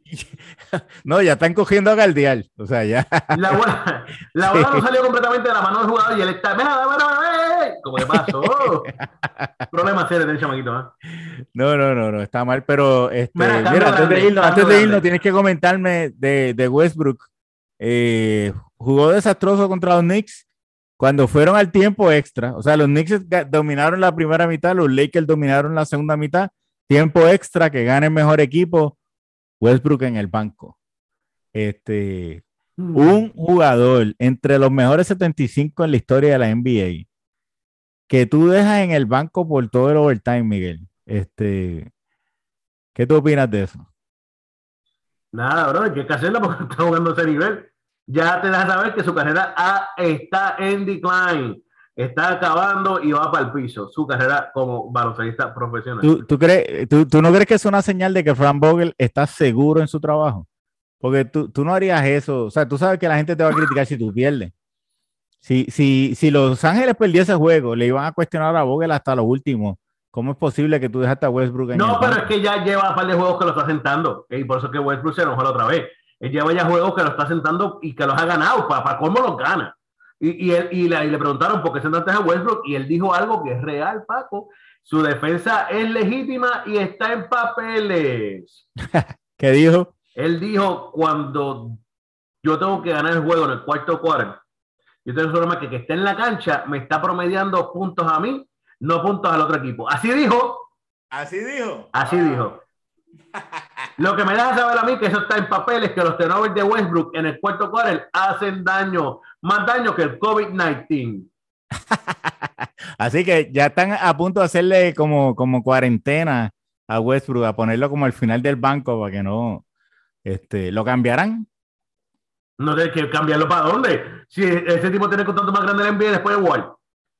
No, ya están cogiendo a Galdial, o sea, ya. La bola, la bola no Sí. salió completamente de la mano del jugador y él está, mira, mira, mira, mira, como que pasó. Problema serio del chamaquito, ¿eh? No, no, no, no, está mal, pero Mira, este, mira, cambio antes de grande, irnos, cambio antes de irnos, grande. tienes que comentarme de, de Westbrook. Eh, jugó desastroso contra los Knicks cuando fueron al tiempo extra. O sea, los Knicks dominaron la primera mitad, los Lakers dominaron la segunda mitad. Tiempo extra, que gane el mejor equipo, Westbrook en el banco. Este, Hmm. un jugador entre los mejores setenta y cinco en la historia de la N B A que tú dejas en el banco por todo el overtime, Miguel. Este, ¿qué tú opinas de eso? Nada, bro, hay que hacerlo porque está jugando a ese nivel. Ya te das a saber que su carrera ah, está en decline, está acabando y va para el piso. Su carrera como baloncelista profesional. ¿Tú, tú, crees, tú, tú no crees que es una señal de que Frank Vogel está seguro en su trabajo? Porque tú, tú no harías eso. O sea, tú sabes que la gente te va a criticar si tú pierdes. Si, si, si Los Ángeles perdió ese juego, le iban a cuestionar a Vogel hasta lo último. ¿Cómo es posible que tú dejaste a Westbrook en el No, pero es banco? que ya lleva un par de juegos que lo está sentando. Y por eso es que Westbrook se enojó la otra vez. Él lleva ya juegos que lo está sentando y que los ha ganado. ¿Para, para cómo los gana? Y, y, él, y, le, y le preguntaron por qué sentaste a Westbrook y él dijo algo que es real, Paco. Su defensa es legítima y está en papeles. ¿Qué dijo? Él dijo, cuando yo tengo que ganar el juego en el cuarto cuarto, yo tengo un problema que que esté en la cancha me está promediando puntos a mí, no puntos al otro equipo. Así dijo, Así dijo. así dijo. Lo que me deja saber a mí que eso está en papeles, que los turnovers de Westbrook en el cuarto quarter hacen daño, más daño que el COVID diecinueve. Así que ya están a punto de hacerle como, como cuarentena a Westbrook, a ponerlo como al final del banco para que no, este, lo cambiarán. No sé que cambiarlo para dónde. Si ese tipo tiene el contrato más grande de la N B A después de Wall.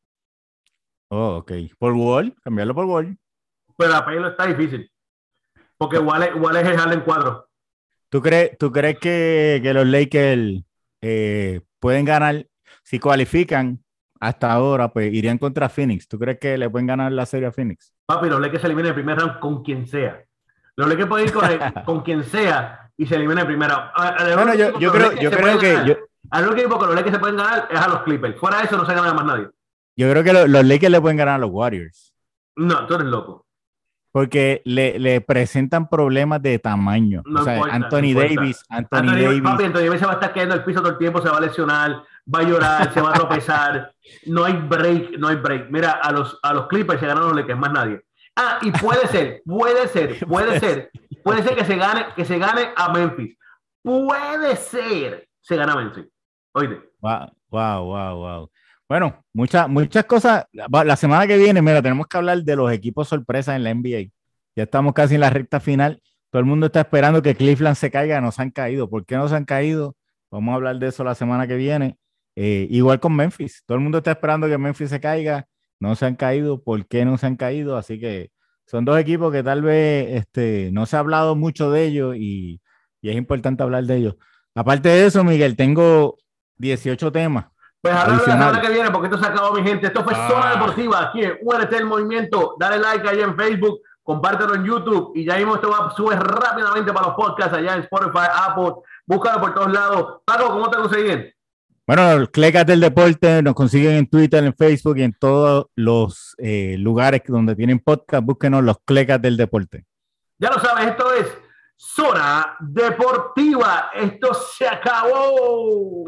Oh, ok. Por Wall, cambiarlo por Wall. Pero a Paylo está difícil. Porque Wall es, Wall es el Harlem cuatro. ¿Tú crees, tú crees que, que los Lakers eh, pueden ganar, si cualifican hasta ahora, pues irían contra Phoenix? ¿Tú crees que le pueden ganar la serie a Phoenix? Papi, los Lakers se eliminan en el primer round con quien sea. Los Lakers pueden ir con, el, con quien sea y se eliminan en el primer round. A, a Bueno, yo, yo creo, yo creo que yo, al único equipo que los Lakers se pueden ganar es a los Clippers. Fuera de eso no se gana más nadie. yo creo que lo, los Lakers le pueden ganar a los Warriors. No, tú eres loco. Porque le, le presentan problemas de tamaño. No o sea, importa, Anthony no Davis, Anthony, Anthony Davis. Papi, Anthony Davis se va a estar cayendo al piso todo el tiempo, se va a lesionar, va a llorar, se va a tropezar. No hay break, no hay break. Mira, a los, a los Clippers se ganaron los Lakers, más nadie. Ah, y puede ser, puede ser, puede ser, puede ser que se gane, que se gane a Memphis. Puede ser, se gana a Memphis. Oíste. Wow, wow, wow, wow. Bueno, muchas, muchas cosas. La semana que viene, mira, tenemos que hablar de los equipos sorpresas en la N B A. Ya estamos casi en la recta final. Todo el mundo está esperando que Cleveland se caiga. No se han caído. ¿Por qué no se han caído? Vamos a hablar de eso la semana que viene. Eh, igual con Memphis. Todo el mundo está esperando que Memphis se caiga. No se han caído. ¿Por qué no se han caído? Así que son dos equipos que tal vez este, no se ha hablado mucho de ellos y, y es importante hablar de ellos. Aparte de eso, Miguel, tengo dieciocho temas. Pues hablando de la semana que viene, porque esto se acabó, mi gente. Esto fue ah. Zona Deportiva aquí en U N T El Movimiento. Dale like ahí en Facebook. compártelo en YouTube y ya mismo esto va a subir rápidamente para los podcasts allá en Spotify, Apple, búscalo por todos lados. Paco, ¿cómo te consiguen? Bueno, los Clecas del Deporte nos consiguen en Twitter, en Facebook y en todos los eh, lugares donde tienen podcast. Búsquenos los Clecas del Deporte. Ya lo sabes, esto es Zona Deportiva. Esto se acabó.